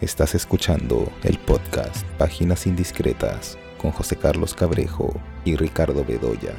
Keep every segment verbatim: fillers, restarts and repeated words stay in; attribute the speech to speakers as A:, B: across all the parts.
A: Estás escuchando el podcast Páginas Indiscretas con José Carlos Cabrejo y Ricardo Bedoya.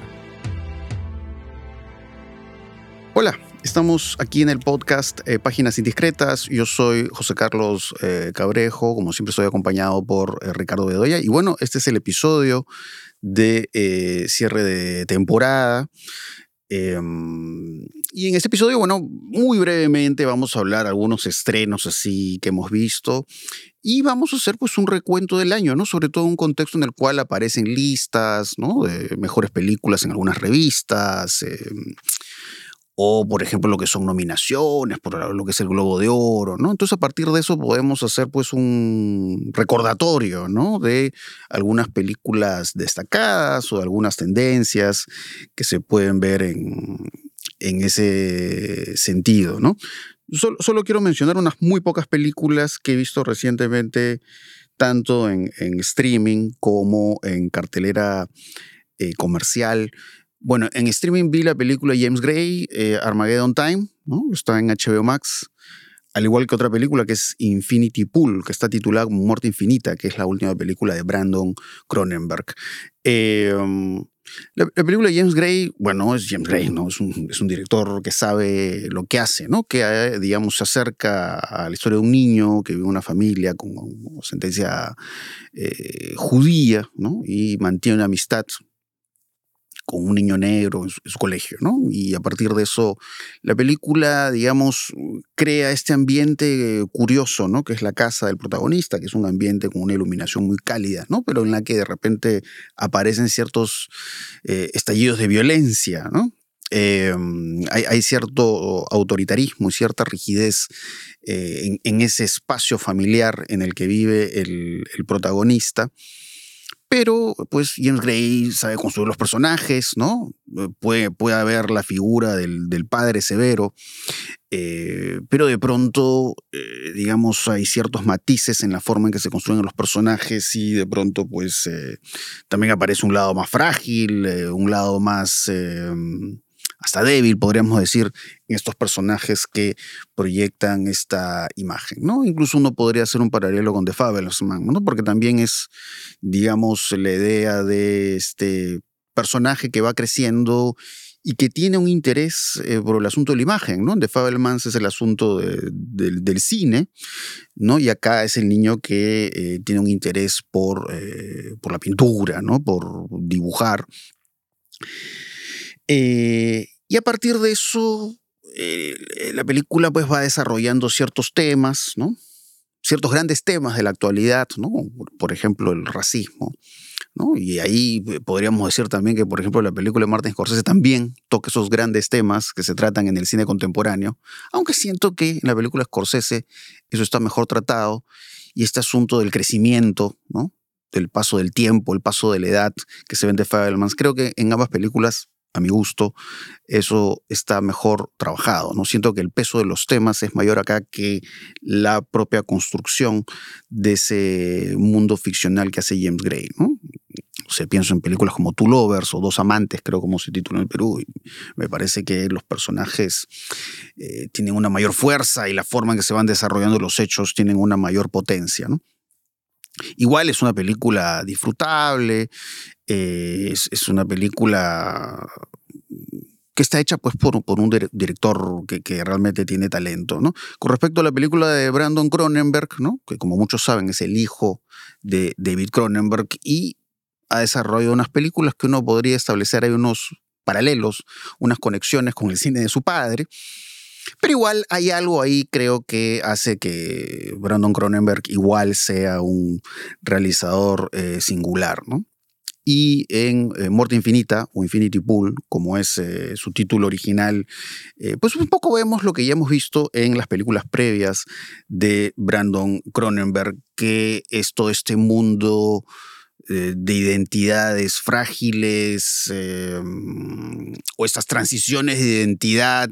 B: Hola, estamos aquí en el podcast eh, Páginas Indiscretas. Yo soy José Carlos eh, Cabrejo, como siempre estoy acompañado por eh, Ricardo Bedoya. Y bueno, este es el episodio de eh, cierre de temporada. Eh, y en este episodio, bueno, muy brevemente vamos a hablar de algunos estrenos así que hemos visto y vamos a hacer pues un recuento del año, ¿no? Sobre todo en un contexto en el cual aparecen listas, ¿no? De mejores películas en algunas revistas, eh, o por ejemplo lo que son nominaciones, por lo que es el Globo de Oro, ¿no? Entonces a partir de eso podemos hacer pues un recordatorio, ¿no? De algunas películas destacadas o de algunas tendencias que se pueden ver en, en ese sentido, ¿no? Solo, solo quiero mencionar unas muy pocas películas que he visto recientemente, tanto en, en streaming como en cartelera eh, comercial. Bueno, en streaming vi la película James Gray, eh, Armageddon Time, ¿no? Está en H B O Max, al igual que otra película que es Infinity Pool, que está titulada como Muerte Infinita, que es la última película de Brandon Cronenberg. Eh, la, la película de James Gray, bueno, es James Gray, ¿no? Es un, es un director que sabe lo que hace, ¿no? Que, eh, digamos, se acerca a la historia de un niño que vive en una familia con ascendencia eh, judía, ¿no? Y mantiene una amistad con un niño negro en su, en su colegio, ¿no? Y a partir de eso, la película, digamos, crea este ambiente curioso, ¿no? Que es la casa del protagonista, que es un ambiente con una iluminación muy cálida, ¿no? Pero en la que de repente aparecen ciertos eh, estallidos de violencia, ¿no? Eh, hay, hay cierto autoritarismo y cierta rigidez eh, en, en ese espacio familiar en el que vive el, el protagonista. Pero, pues, James Gray sabe construir los personajes, ¿no? Puede, puede haber la figura del, del padre severo, eh, pero de pronto, eh, digamos, hay ciertos matices en la forma en que se construyen los personajes y de pronto, pues, eh, también aparece un lado más frágil, eh, un lado más... Eh, hasta débil, podríamos decir, en estos personajes que proyectan esta imagen, ¿no? Incluso uno podría hacer un paralelo con The Fabelmans, ¿no? Porque también es, digamos, la idea de este personaje que va creciendo y que tiene un interés eh, por el asunto de la imagen, ¿no? The Fabelmans es el asunto de, de, del cine, ¿no? Y acá es el niño que eh, tiene un interés por, eh, por la pintura, ¿no? Por dibujar. Eh, y a partir de eso, eh, la película pues va desarrollando ciertos temas, ¿no? Ciertos grandes temas de la actualidad, ¿no? Por ejemplo, el racismo, ¿no? Y ahí podríamos decir también que, por ejemplo, la película de Martin Scorsese también toca esos grandes temas que se tratan en el cine contemporáneo, aunque siento que en la película de Scorsese eso está mejor tratado, y este asunto del crecimiento, ¿no? Del paso del tiempo, el paso de la edad que se ven de Fabelmans, creo que en ambas películas, a mi gusto, eso está mejor trabajado, ¿no? Siento que el peso de los temas es mayor acá que la propia construcción de ese mundo ficcional que hace James Gray, ¿no? O sea, pienso en películas como Two Lovers o Dos Amantes, creo como se titula en el Perú, y me parece que los personajes eh, tienen una mayor fuerza y la forma en que se van desarrollando los hechos tienen una mayor potencia, ¿no? Igual es una película disfrutable, eh, es, es una película que está hecha pues, por, por un director que, que realmente tiene talento, ¿no? Con respecto a la película de Brandon Cronenberg, ¿no? Que como muchos saben es el hijo de David Cronenberg y ha desarrollado unas películas que uno podría establecer, hay unos paralelos, unas conexiones con el cine de su padre. Pero igual hay algo ahí, creo, que hace que Brandon Cronenberg igual sea un realizador eh, singular, ¿no? Y en eh, Muerte Infinita, o Infinity Pool, como es eh, su título original, eh, pues un poco vemos lo que ya hemos visto en las películas previas de Brandon Cronenberg, que es todo este mundo eh, de identidades frágiles, eh, o estas transiciones de identidad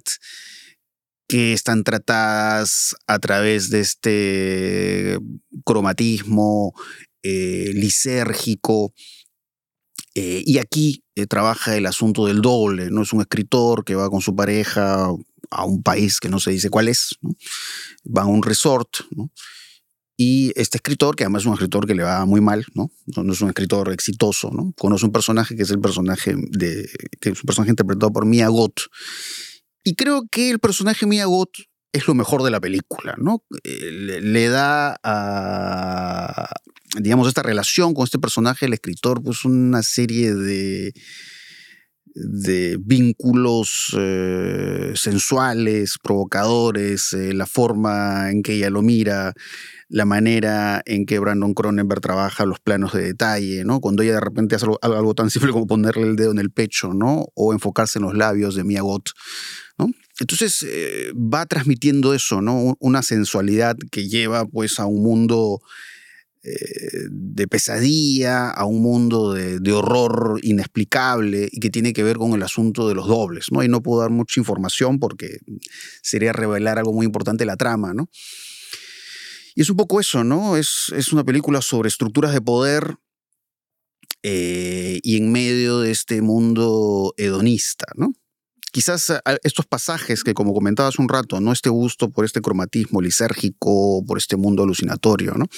B: que están tratadas a través de este cromatismo eh, lisérgico. Eh, y aquí eh, trabaja el asunto del doble, ¿no? Es un escritor que va con su pareja a un país que no se dice cuál es, ¿no? Va a un resort, ¿no? Y este escritor, que además es un escritor que le va muy mal, ¿no? No es un escritor exitoso, ¿no? Conoce un personaje que es el personaje de, que es un personaje interpretado por Mia Goth. Y creo que el personaje Mia Goth es lo mejor de la película, ¿no? Le, le da a, digamos, esta relación con este personaje, el escritor, pues una serie de, de vínculos eh, sensuales, provocadores, eh, la forma en que ella lo mira, la manera en que Brandon Cronenberg trabaja los planos de detalle, ¿no? Cuando ella de repente hace algo, algo tan simple como ponerle el dedo en el pecho, ¿no? O enfocarse en los labios de Mia Goth, ¿no? Entonces eh, va transmitiendo eso, ¿no? Una sensualidad que lleva pues a un mundo eh, de pesadilla, a un mundo de, de horror inexplicable y que tiene que ver con el asunto de los dobles, ¿no? Y no puedo dar mucha información porque sería revelar algo muy importante de la trama, ¿no? Y es un poco eso, ¿no? Es, es una película sobre estructuras de poder eh, y en medio de este mundo hedonista, ¿no? Quizás estos pasajes que, como comentaba hace un rato, ¿no? Este gusto por este cromatismo lisérgico, por este mundo alucinatorio, ¿no?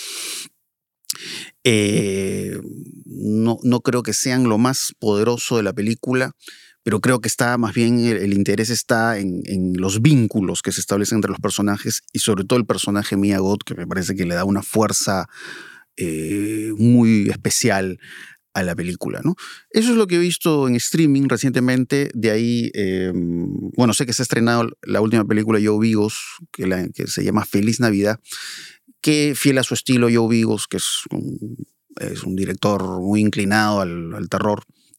B: Eh, no, no creo que sean lo más poderoso de la película, pero creo que está más bien el, el interés está en, en los vínculos que se establecen entre los personajes y sobre todo el personaje Mia Goth, que me parece que le da una fuerza eh, muy especial a la película, ¿no? Eso es lo que he visto en streaming recientemente. De ahí, eh, bueno, sé que se ha estrenado la última película de Joe Vigos, que, la, que se llama Feliz Navidad, que fiel a su estilo Joe Vigos, que es un, es un director muy inclinado al, al terror,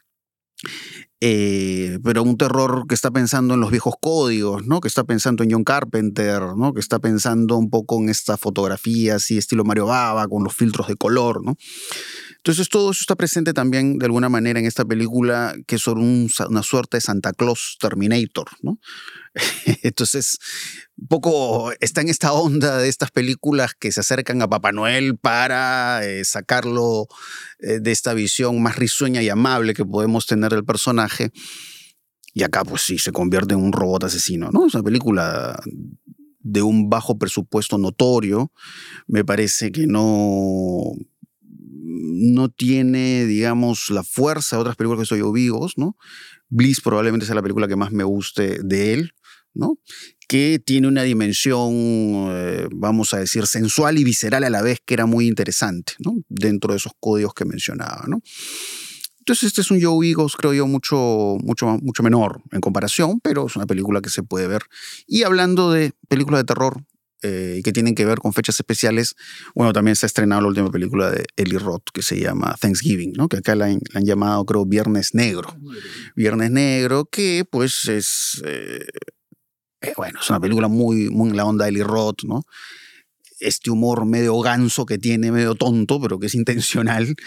B: eh, pero un terror que está pensando en los viejos códigos, ¿no? Que está pensando en John Carpenter, ¿no? Que está pensando un poco en esta fotografía así estilo Mario Bava, con los filtros de color, ¿no? Entonces todo eso está presente también de alguna manera en esta película, que es sobre un, una suerte de Santa Claus Terminator, ¿no? Entonces, un poco está en esta onda de estas películas que se acercan a Papá Noel para eh, sacarlo eh, de esta visión más risueña y amable que podemos tener del personaje. Y acá, pues sí, se convierte en un robot asesino, ¿no? Es una película de un bajo presupuesto notorio. Me parece que no... no tiene, digamos, la fuerza de otras películas que soy yo Vigos, ¿no? Bliss probablemente sea la película que más me guste de él, ¿no? Que tiene una dimensión, eh, vamos a decir, sensual y visceral a la vez, que era muy interesante, ¿no? Dentro de esos códigos que mencionaba, ¿no? Entonces este es un Joe Vigos, creo yo, mucho, mucho, mucho menor en comparación, pero es una película que se puede ver. Y hablando de películas de terror, Eh, que tienen que ver con fechas especiales, bueno, también se ha estrenado la última película de Eli Roth que se llama Thanksgiving, ¿no? Que acá la, la han llamado, creo, Viernes Negro. Viernes Negro, que pues es, eh, eh, bueno, es una película muy, muy en la onda de Eli Roth, ¿no? Este humor medio ganso que tiene, medio tonto, pero que es intencional,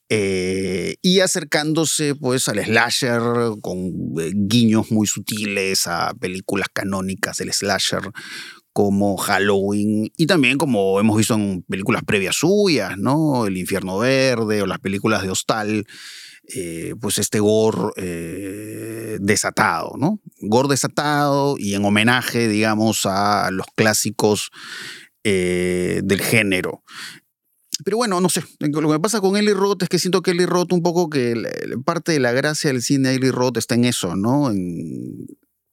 B: eh, y acercándose pues al slasher con eh, guiños muy sutiles a películas canónicas del slasher, como Halloween, y también como hemos visto en películas previas suyas, ¿no? El Infierno Verde o las películas de Hostal, eh, pues este gore eh, desatado, ¿no? Gore desatado y en homenaje, digamos, a los clásicos eh, del género. Pero bueno, no sé, lo que me pasa con Eli Roth es que siento que Eli Roth un poco que parte de la gracia del cine de Eli Roth está en eso, ¿no? En,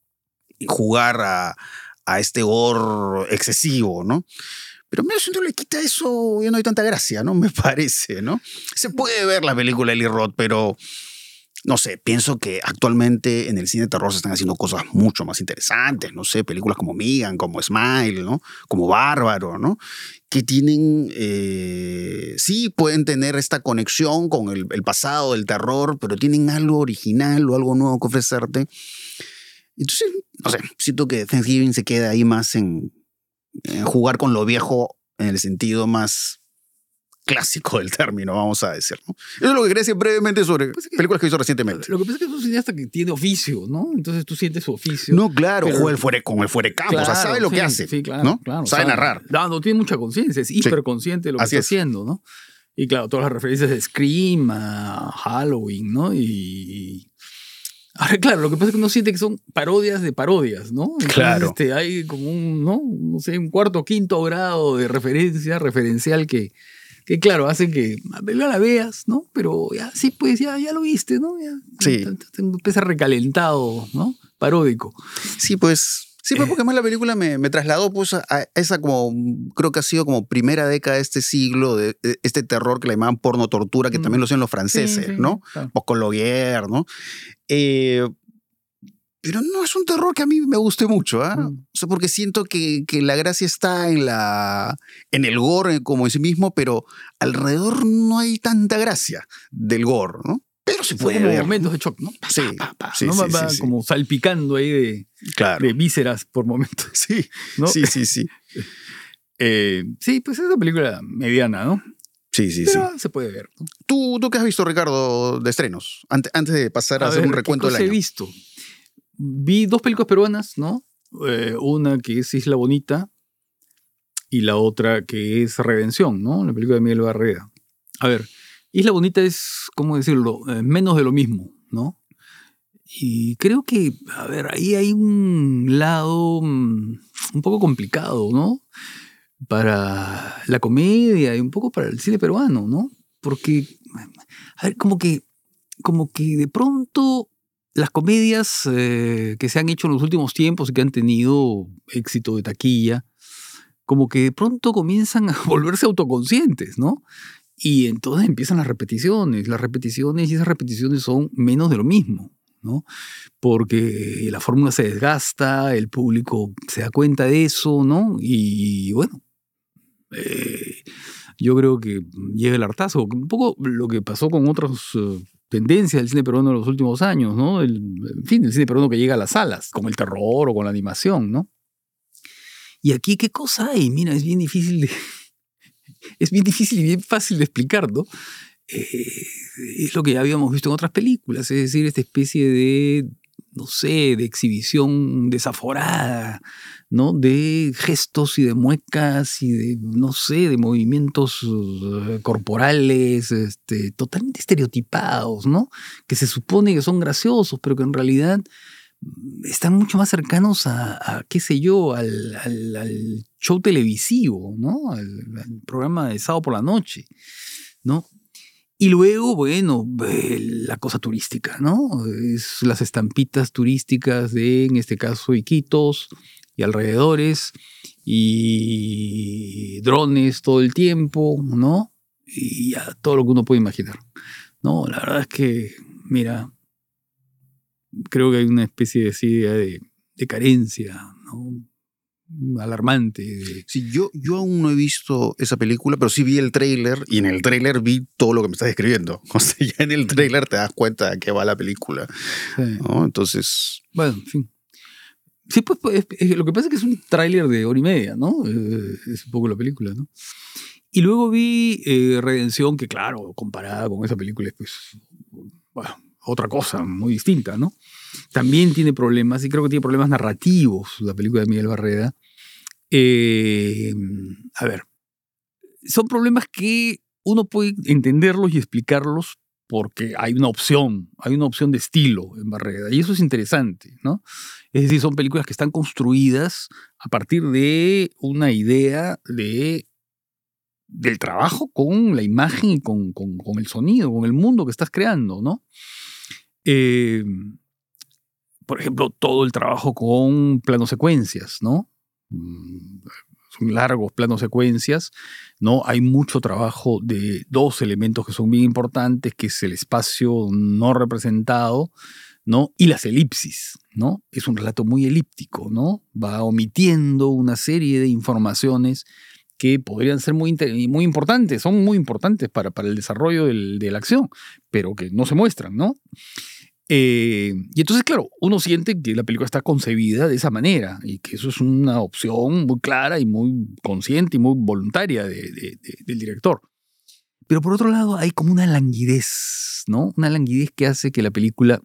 B: en jugar a a este gore excesivo, ¿no? Pero medio siento que le quita eso, ya no hay tanta gracia, ¿no? Me parece, ¿no? Se puede ver la película de Eli Roth, pero no sé, pienso que actualmente en el cine de terror se están haciendo cosas mucho más interesantes, no sé, películas como Megan, como Smile, ¿no? Como Bárbaro, ¿no? Que tienen, eh, sí pueden tener esta conexión con el, el pasado del terror, pero tienen algo original o algo nuevo que ofrecerte. Entonces, no sé, siento que Thanksgiving se queda ahí más en, en jugar con lo viejo en el sentido más clásico del término, vamos a decir, ¿no? Eso es lo que quería decir brevemente sobre
C: pues que,
B: películas que hizo recientemente.
C: Lo que pasa es que es un cineasta que tiene oficio, ¿no? Entonces tú sientes su oficio.
B: No, claro,
C: pero,
B: juega el fuere, con el fuerecampo, claro, o sea, sabe lo
C: sí,
B: que hace,
C: sí, claro,
B: ¿no?
C: claro,
B: sabe, sabe narrar.
C: No, no tiene mucha conciencia, es hiperconsciente de lo que
B: Así
C: está
B: es.
C: haciendo, ¿no? Y claro, todas las referencias de Scream, a Halloween, ¿no? Y... Ahora, claro, lo que pasa es que uno siente que son parodias de parodias, ¿no? Entonces,
B: Claro.
C: Este, hay como un, ¿no? No sé, un cuarto o quinto grado de referencia, referencial que, que claro, hacen que la película la veas, ¿no? Pero ya, sí, pues ya, ya lo viste, ¿no? Ya,
B: Sí.
C: te, te empieza recalentado, ¿no? Paródico.
B: Sí, pues. Sí, pues porque más la película me, me trasladó pues a, a esa como, creo que ha sido como primera década de este siglo, de, de este terror que le llamaban porno tortura, que
C: Mm.
B: también lo hacían los franceses,
C: Sí, sí,
B: ¿no?
C: claro.
B: Post-Cologuer, ¿no? Eh, pero no es un terror que a mí me guste mucho, ¿ah?
C: Mm.
B: O sea, porque siento que, que la gracia está en, la, en el gore como en sí mismo, pero alrededor no hay tanta gracia del gore, ¿no? Pero se
C: Son
B: puede
C: como
B: ver.
C: momentos
B: ¿no?
C: de shock, ¿no? Pa,
B: Sí,
C: pa, pa,
B: sí,
C: ¿no?
B: sí,
C: Va- va
B: sí, sí.
C: como salpicando ahí de,
B: Claro.
C: de vísceras por momentos,
B: Sí,
C: ¿no?
B: sí, sí, sí.
C: Eh, sí, pues es una película mediana, ¿no?
B: Sí, sí, sí.
C: Pero se puede ver, ¿no?
B: ¿Tú, ¿Tú qué has visto, Ricardo, de estrenos? Ante- antes de pasar a,
C: A
B: hacer
C: ver,
B: un
C: ¿qué
B: recuento del
C: cosa he
B: año.
C: visto? Vi dos películas peruanas, ¿no? Eh, una que es Isla Bonita y la otra que es Redención, ¿no? La película de Miguel Barrera. A ver, Isla Bonita es, ¿cómo decirlo? Eh, menos de lo mismo, ¿no? Y creo que, a ver, ahí hay un lado mm, un poco complicado, ¿no? Para la comedia y un poco para el cine peruano, ¿no? Porque, a ver, como que, como que de pronto las comedias eh, que se han hecho en los últimos tiempos y que han tenido éxito de taquilla, como que de pronto comienzan a volverse autoconscientes, ¿no? Y entonces empiezan las repeticiones, las repeticiones y esas repeticiones son menos de lo mismo, ¿no? Porque la fórmula se desgasta, el público se da cuenta de eso, ¿no? Y bueno, eh, yo creo que llega el hartazo. Un poco lo que pasó con otras uh, tendencias del cine peruano en los últimos años, ¿no? El, en fin, el cine peruano que llega a las salas, con el terror o con la animación, ¿no? Y aquí, ¿qué cosa hay? Mira, es bien difícil de... es bien difícil y bien fácil de explicar, ¿no? Eh, es lo que ya habíamos visto en otras películas, es decir, esta especie de, no sé, de exhibición desaforada, ¿no? De gestos y de muecas y de, no sé, de movimientos uh, corporales este, totalmente estereotipados, ¿no? Que se supone que son graciosos, pero que en realidad están mucho más cercanos a, a qué sé yo, al, al, al show televisivo, ¿no? Al, al programa de sábado por la noche, ¿no? Y luego, bueno, la cosa turística, ¿no? Es las estampitas turísticas de, en este caso, Iquitos y alrededores, y drones todo el tiempo, ¿no? Y ya todo lo que uno puede imaginar. No, la verdad es que, mira, creo que hay una especie de, así, de, de carencia, ¿no? Alarmante. De...
B: Sí, yo, yo aún no he visto esa película, pero sí vi el tráiler y en el tráiler vi todo lo que me estás describiendo. O sea, ya en el tráiler te das cuenta de qué va la película.
C: Sí.
B: ¿No? Entonces...
C: Bueno, en fin. Sí, pues, pues es, es, lo que pasa es que es un tráiler de hora y media, ¿no? Eh, es un poco la película, ¿no? Y luego vi eh, Redención, que claro, comparada con esa película es pues, bueno, otra cosa muy distinta, ¿no? También tiene problemas, y creo que tiene problemas narrativos, la película de Miguel Barrera. Eh, a ver, son problemas que uno puede entenderlos y explicarlos porque hay una opción, hay una opción de estilo en Barrera, y eso es interesante, ¿no? Es decir, son películas que están construidas a partir de una idea de, del trabajo con la imagen y con, con, con el sonido, con el mundo que estás creando, ¿no? Eh, por ejemplo, todo el trabajo con planos secuencias, ¿no? Son largos planos secuencias, ¿no? Hay mucho trabajo de dos elementos que son bien importantes, que es el espacio no representado, ¿no? Y las elipsis, ¿no? Es un relato muy elíptico, ¿no? Va omitiendo una serie de informaciones que podrían ser muy, muy importantes, son muy importantes para, para el desarrollo del, de la acción, pero que no se muestran, ¿no? Eh, y entonces, claro, uno siente que la película está concebida de esa manera y que eso es una opción muy clara y muy consciente y muy voluntaria de, de, de, del director. Pero por otro lado hay como una languidez, ¿no? Una languidez que hace que la película,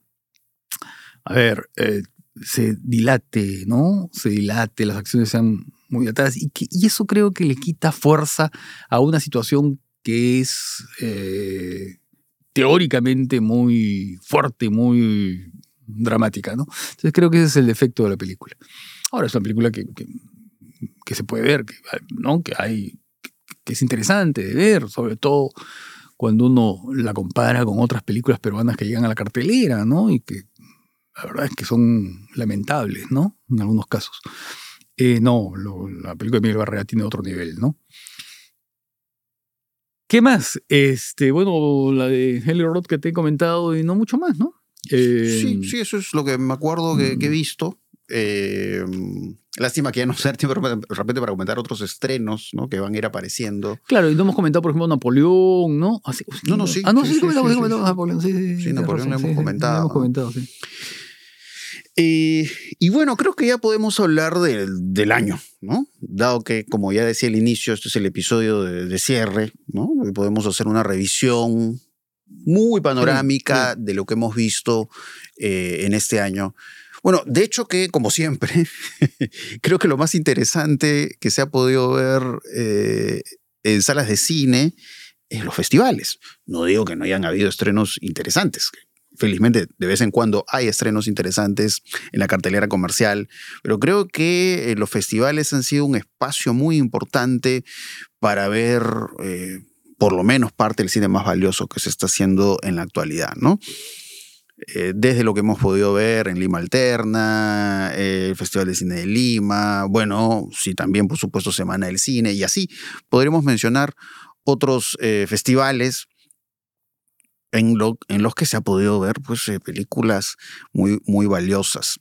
C: a ver, eh, se dilate, ¿no? Se dilate, las acciones sean muy dilatadas y, que, y eso creo que le quita fuerza a una situación que es... Eh, teóricamente muy fuerte, muy dramática, ¿no? Entonces creo que ese es el defecto de la película. Ahora es una película que, que, que se puede ver, que, ¿no? que, hay, que es interesante de ver, sobre todo cuando uno la compara con otras películas peruanas que llegan a la cartelera, ¿no? Y que la verdad es que son lamentables, ¿no? En algunos casos. Eh, no, lo, la película de Miguel Barrera tiene otro nivel, ¿no? ¿Qué más? Este, bueno, la de Eli Roth que te he comentado y no mucho más, ¿no? Eh,
B: sí, sí, eso es lo que me acuerdo que, que he visto. Eh, lástima que ya no sea tiempo de repente para comentar otros estrenos, ¿no? Que van a ir apareciendo.
C: Claro, y no hemos comentado, por ejemplo, Napoleón, ¿no? Así,
B: no, no, sí.
C: Ah, no,
B: sí,
C: sí, sí, comentamos,
B: sí,
C: sí, comentamos
B: sí,
C: Napoleón. Sí, sí, sí,
B: sí Napoleón lo hemos
C: sí,
B: comentado.
C: Sí, hemos
B: ¿no?
C: comentado, sí.
B: Eh, y bueno, creo que ya podemos hablar de, del año, ¿no? Dado que, como ya decía al inicio, este es el episodio de, de cierre, ¿no? Y podemos hacer una revisión muy panorámica sí, sí. de lo que hemos visto eh, en este año. Bueno, de hecho que, como siempre, creo que lo más interesante que se ha podido ver eh, en salas de cine es los festivales. No digo que no hayan habido estrenos interesantes. Felizmente, de vez en cuando hay estrenos interesantes en la cartelera comercial, pero creo que eh, los festivales han sido un espacio muy importante para ver eh, por lo menos parte del cine más valioso que se está haciendo en la actualidad, ¿no? Eh, desde lo que hemos podido ver en Lima Alterna, eh, el Festival de Cine de Lima, bueno, sí, también por supuesto Semana del Cine, y así podremos mencionar otros eh, festivales En, lo, en los que se ha podido ver pues, eh, películas muy, muy valiosas.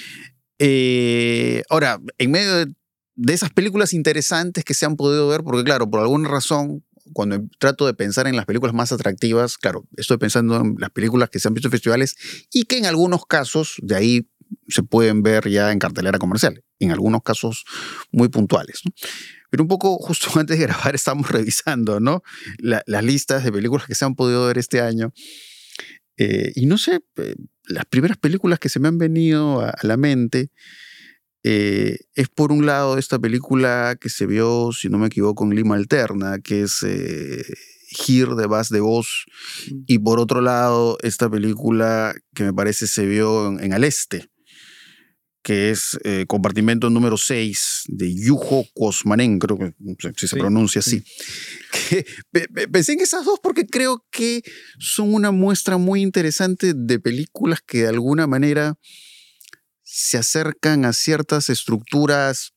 B: Eh, ahora, en medio de, de esas películas interesantes que se han podido ver, porque claro, por alguna razón, cuando trato de pensar en las películas más atractivas, claro, estoy pensando en las películas que se han visto en festivales y que en algunos casos de ahí se pueden ver ya en cartelera comercial, en algunos casos muy puntuales, ¿no? Pero un poco justo antes de grabar estamos revisando, ¿no? La, las listas de películas que se han podido ver este año. Eh, y no sé, eh, las primeras películas que se me han venido a, a la mente eh, es por un lado esta película que se vio, si no me equivoco, en Lima Alterna, que es eh, Here de Baz de Vos. Y por otro lado, esta película que me parece se vio en, en Al Este, que es eh, compartimento número seis de Juho Kuosmanen, creo que no sé si se sí, pronuncia así. Sí. Que, pensé en esas dos porque creo que son una muestra muy interesante de películas que de alguna manera se acercan a ciertas estructuras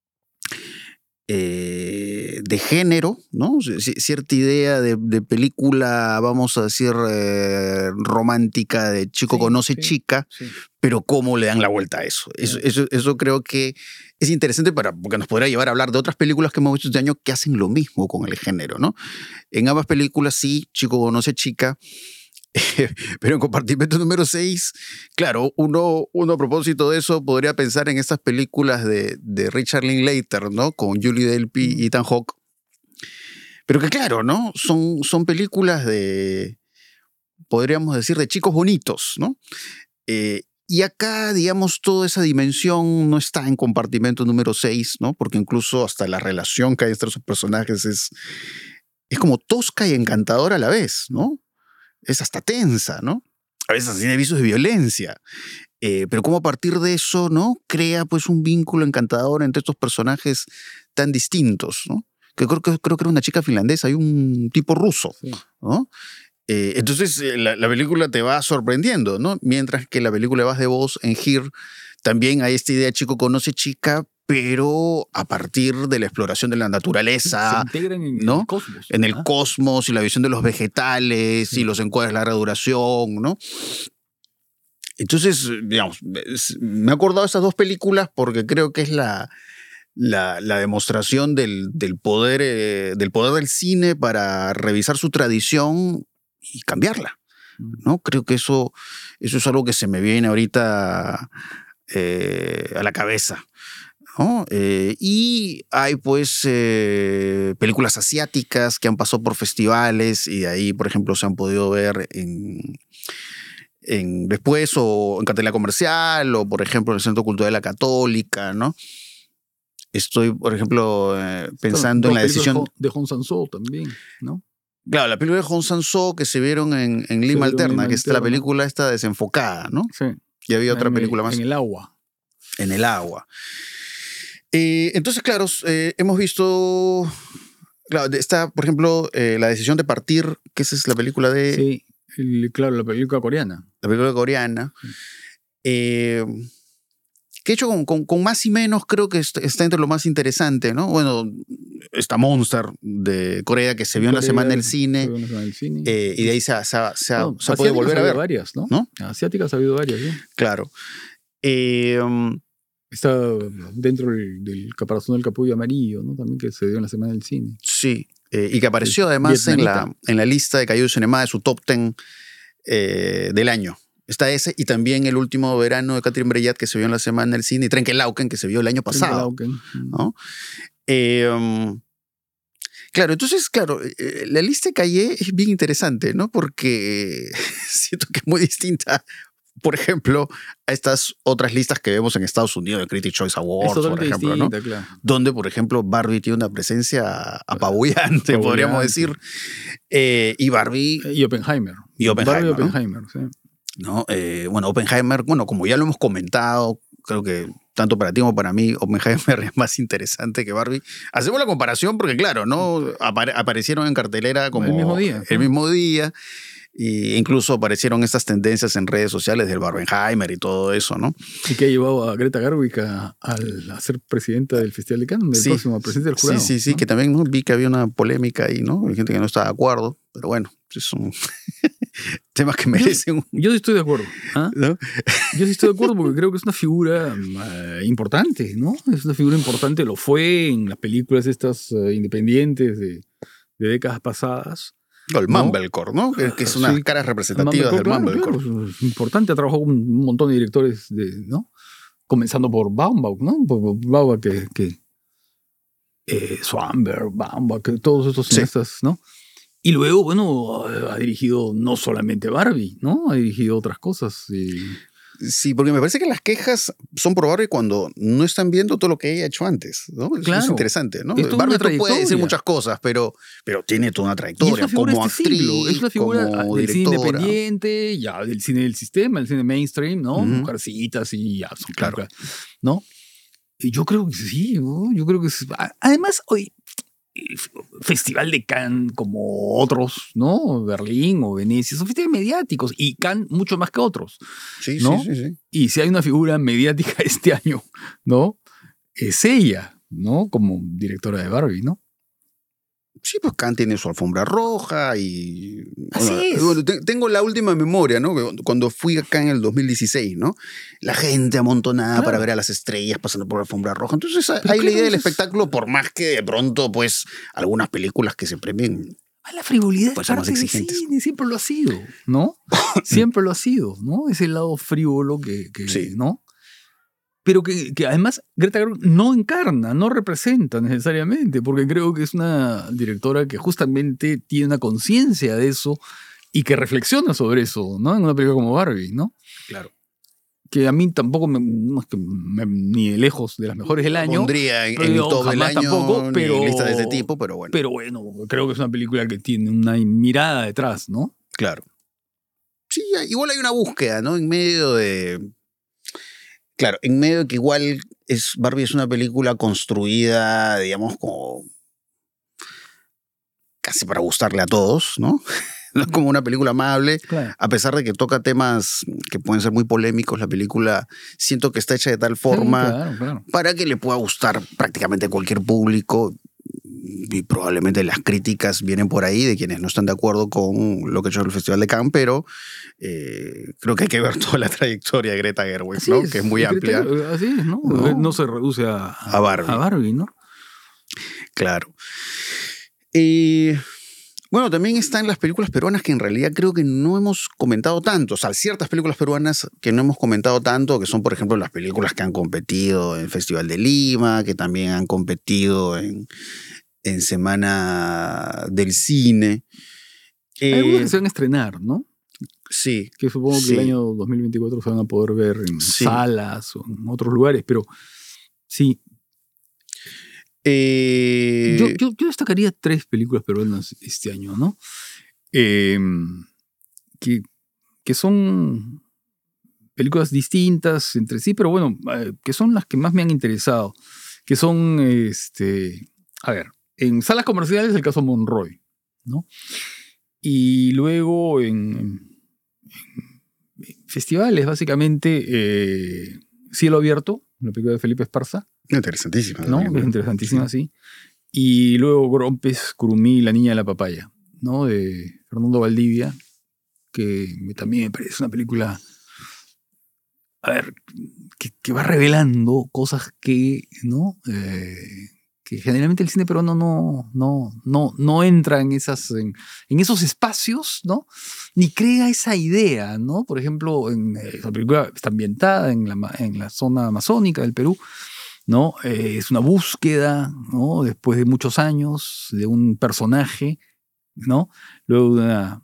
B: eh, de género, ¿no? C- cierta idea de, de película, vamos a decir, eh, romántica, de chico sí, conoce sí, chica, sí. Pero cómo le dan la vuelta a eso. Eso, sí. eso. eso creo que es interesante para, porque nos podría llevar a hablar de otras películas que hemos visto este año que hacen lo mismo con el género, ¿no? En ambas películas sí, chico conoce chica, pero en compartimento número seis, claro, uno, uno a propósito de eso podría pensar en estas películas de, de Richard Linklater, ¿no? Con Julie Delpy y Ethan Hawke. Pero que claro, ¿no? Son, son películas de, podríamos decir, de chicos bonitos, ¿no? Eh, y acá, digamos, toda esa dimensión no está en compartimento número seis, ¿no? Porque incluso hasta la relación que hay entre sus personajes es, es como tosca y encantadora a la vez, ¿no? Es hasta tensa, ¿no? A veces tiene visos de violencia. Eh, pero cómo a partir de eso, ¿no? Crea pues un vínculo encantador entre estos personajes tan distintos, ¿no? Que creo, que creo que era una chica finlandesa y un tipo ruso, sí. ¿no? Eh, entonces eh, la, la película te va sorprendiendo, ¿no? Mientras que la película de Baz de Vos en Here también hay esta idea chico conoce chica, pero a partir de la exploración de la naturaleza,
C: se integran en
B: ¿no?
C: el cosmos.
B: En el
C: ¿ah?
B: cosmos y la visión de los vegetales sí. y los encuadres de larga duración, ¿no? Entonces, digamos, me he acordado de esas dos películas porque creo que es la, la, la demostración del, del, poder, eh, del poder del cine para revisar su tradición y cambiarla, ¿no? Creo que eso, eso es algo que se me viene ahorita eh, a la cabeza, ¿no? Eh, y hay pues eh, películas asiáticas que han pasado por festivales y de ahí, por ejemplo, se han podido ver en, en después o en cartelera comercial o, por ejemplo, en el Centro Cultural de la Católica, ¿no? Estoy, por ejemplo, eh, pensando en la decisión
C: de Hong Sang-soo también, ¿no?
B: Claro, la película de Hong Sang-soo que se vieron en, en Lima Alterna, que es la película esta desenfocada, ¿no?
C: Sí.
B: Y había otra
C: en
B: película
C: el,
B: más.
C: En el agua.
B: En el agua. Eh, entonces, claro, eh, hemos visto... Claro, está, por ejemplo, eh, La decisión de partir, que esa es la película de...
C: Sí, el- claro, la película coreana.
B: La película coreana. Eh, que hecho con, con, con más y menos creo que está, está entre lo más interesante, ¿no? Bueno, está Monster de Corea que se vio en la
C: Corea,
B: semana del
C: se
B: cine,
C: vio en la semana del cine.
B: eh, y de ahí se, ha- se, ha- se, ha-
C: No,
B: se ha podido
C: asiáticas
B: volver
C: ha
B: a
C: habido
B: ver,
C: varias, ¿no?
B: ¿no?
C: Asiáticas ha habido varias, ¿sí?
B: Claro. Eh,
C: Está dentro del, del Caparazón del Capullo Amarillo, ¿no? También que se dio en la semana del cine.
B: sí, eh, y que apareció
C: Sí,
B: además en la,
C: vietnamita.
B: en la lista de Caillou Cinema de su top ten eh, del año. Está ese y también El último verano de Catherine Breillat que se vio en la semana del cine y Trenkelauken que se vio el año pasado.
C: Trenkelauken.
B: ¿No? Eh, um, claro, entonces, claro, eh, la lista de Calle es bien interesante, ¿no? Porque siento que es muy distinta, por ejemplo, a estas otras listas que vemos en Estados Unidos, de Critics' Choice
C: Es
B: Awards, por
C: totalmente
B: ejemplo, ¿no?
C: distinta, claro.
B: Donde, por ejemplo, Barbie tiene una presencia apabullante,
C: Apabullante.
B: podríamos decir. Eh, y Barbie,
C: Y Oppenheimer.
B: Y Oppenheimer,
C: Barbie
B: ¿no?
C: Oppenheimer, sí.
B: ¿no? Eh, bueno, Oppenheimer, bueno, como ya lo hemos comentado, creo que tanto para ti como para mí, Oppenheimer es más interesante que Barbie. Hacemos la comparación porque, claro, ¿no? Apare- aparecieron en cartelera como
C: El mismo día,
B: el
C: ¿no?
B: mismo día. E incluso aparecieron estas tendencias en redes sociales del Barbenheimer y todo eso, ¿no?
C: Y que ha llevado a Greta Gerwig a, al- a ser presidenta del Festival de Cannes, del
B: Sí,
C: próximo presidente del jurado.
B: Sí, sí, sí,
C: ¿no?
B: que también, ¿no? Vi que había una polémica ahí, ¿no? Hay gente que no está de acuerdo, pero bueno, son temas que merecen un...
C: Yo sí estoy de acuerdo. ¿ah?
B: ¿no?
C: Yo sí estoy de acuerdo porque creo que es una figura eh, importante, ¿no? Es una figura importante, lo fue en las películas estas eh, independientes de, de décadas pasadas.
B: O el
C: ¿no?
B: Mumblecore, ¿no? Que, que es
C: Sí.
B: unas caras representativas del
C: Claro,
B: Mumblecore.
C: claro, es importante, ha trabajado con un montón de directores, de, ¿no? Comenzando por Baumbach, ¿no? Por Baumbach, que, que eh, Swanberg, Baumbach, que todos estos
B: Sí.
C: cineastas, ¿no? Y luego, bueno, ha dirigido no solamente Barbie, ¿no? Ha dirigido otras cosas. Y...
B: Sí, porque me parece que las quejas son por Barbie cuando no están viendo todo lo que ella ha hecho antes, ¿no? Eso
C: Claro.
B: es interesante, ¿no?
C: Es toda
B: Barbie
C: una
B: tú puede decir
C: trayectoria.
B: muchas cosas, pero, pero tiene toda una
C: Y es
B: trayectoria
C: una figura
B: como
C: de este
B: actriz,
C: siglo, es una figura
B: como
C: del cine
B: directora.
C: independiente, ya del cine del sistema, el cine mainstream, ¿no?
B: Ujú.
C: Mujercitas y ya son
B: Claro.
C: películas, ¿no? Y yo creo que sí, ¿no? Yo creo que sí. Además, hoy, el Festival de Cannes, como otros, ¿no? Berlín o Venecia, son festivales mediáticos y Cannes mucho más que otros.
B: Sí,
C: ¿no?
B: sí, sí, sí.
C: Y si hay una figura mediática este año, ¿no? Es ella, ¿no? Como directora de Barbie, ¿no?
B: Sí, pues Khan tiene su alfombra roja y...
C: Así
B: bueno,
C: es.
B: bueno, te- tengo la última memoria, ¿no? Que cuando fui acá en el dos mil dieciséis, ¿no? La gente amontonada
C: Claro.
B: para ver a las estrellas pasando por la alfombra roja. Entonces hay
C: Pero
B: la
C: claro,
B: idea del
C: eso es-
B: espectáculo, por más que de pronto, pues, algunas películas que se premien...
C: Ah, La frivolidad
B: Pues
C: es
B: son más
C: parte del
B: exigentes.
C: cine, siempre lo ha sido, ¿no? Siempre lo ha sido, ¿no? Ese lado frívolo que, que
B: Sí.
C: ¿no? Pero que, que además Greta Gerwig no encarna, no representa necesariamente, porque creo que es una directora que justamente tiene una conciencia de eso y que reflexiona sobre eso, ¿no? En una película como Barbie, ¿no?
B: Claro.
C: Que a mí tampoco, me, no es que me- ni de lejos de las mejores del año,
B: Pondría en,
C: pero
B: en
C: yo
B: todo el
C: jamás
B: año
C: tampoco,
B: ni
C: pero-
B: en listas de ese tipo, pero bueno.
C: pero bueno, creo que es una película que tiene una mirada detrás, ¿no?
B: Claro. Sí, igual hay una búsqueda, ¿no? En medio de... Claro, en medio de que igual es, Barbie es una película construida, digamos, como... casi para gustarle a todos, ¿no? No es como una película amable.
C: Claro.
B: A pesar de que toca temas que pueden ser muy polémicos, la película siento que está hecha de tal forma
C: Sí, claro, claro.
B: para que le pueda gustar prácticamente a cualquier público. Y probablemente las críticas vienen por ahí de quienes no están de acuerdo con lo que ha hecho el Festival de Cannes, pero eh, creo que hay que ver toda la trayectoria de Greta Gerwig,
C: Así
B: ¿no?
C: es,
B: Que es muy
C: el
B: amplia.
C: criterio, Así es, ¿no?
B: ¿no?
C: No, se reduce a,
B: A Barbie.
C: a Barbie, ¿no?
B: Claro. Eh, bueno, también están las películas peruanas que en realidad creo que no hemos comentado tanto. O sea, ciertas películas peruanas que no hemos comentado tanto, que son, por ejemplo, las películas que han competido en el Festival de Lima, que también han competido en, en Semana del Cine.
C: Hay
B: Eh,
C: algunas que se van a estrenar, ¿no?
B: sí.
C: Que supongo que
B: Sí.
C: el año dos mil veinticuatro se van a poder ver en
B: Sí.
C: salas o en otros lugares, pero sí.
B: Eh,
C: Yo, yo, yo destacaría tres películas peruanas este año, ¿no? Eh, que, que son películas distintas entre sí, pero bueno, eh, que son las que más me han interesado. Que son, este, a ver, en salas comerciales el caso Monroy, ¿no? Y luego en, en festivales, básicamente, eh, Cielo Abierto, la película de Felipe Esparza.
B: Interesantísima.
C: ¿No? Es interesantísima, sí. Y luego Grompes, Curumí, La Niña de la Papaya, ¿no? De Fernando Valdivia, que también me parece una película, a ver, que, que va revelando cosas que, ¿no? Eh, que generalmente el cine peruano no, no, no, no entra en, esas, en, en esos espacios, ¿no? Ni crea esa idea, ¿no? Por ejemplo, en, eh, la película está ambientada en la, en la zona amazónica del Perú, ¿no? Eh, es una búsqueda, ¿no? Después de muchos años de un personaje, ¿no? Luego de, una,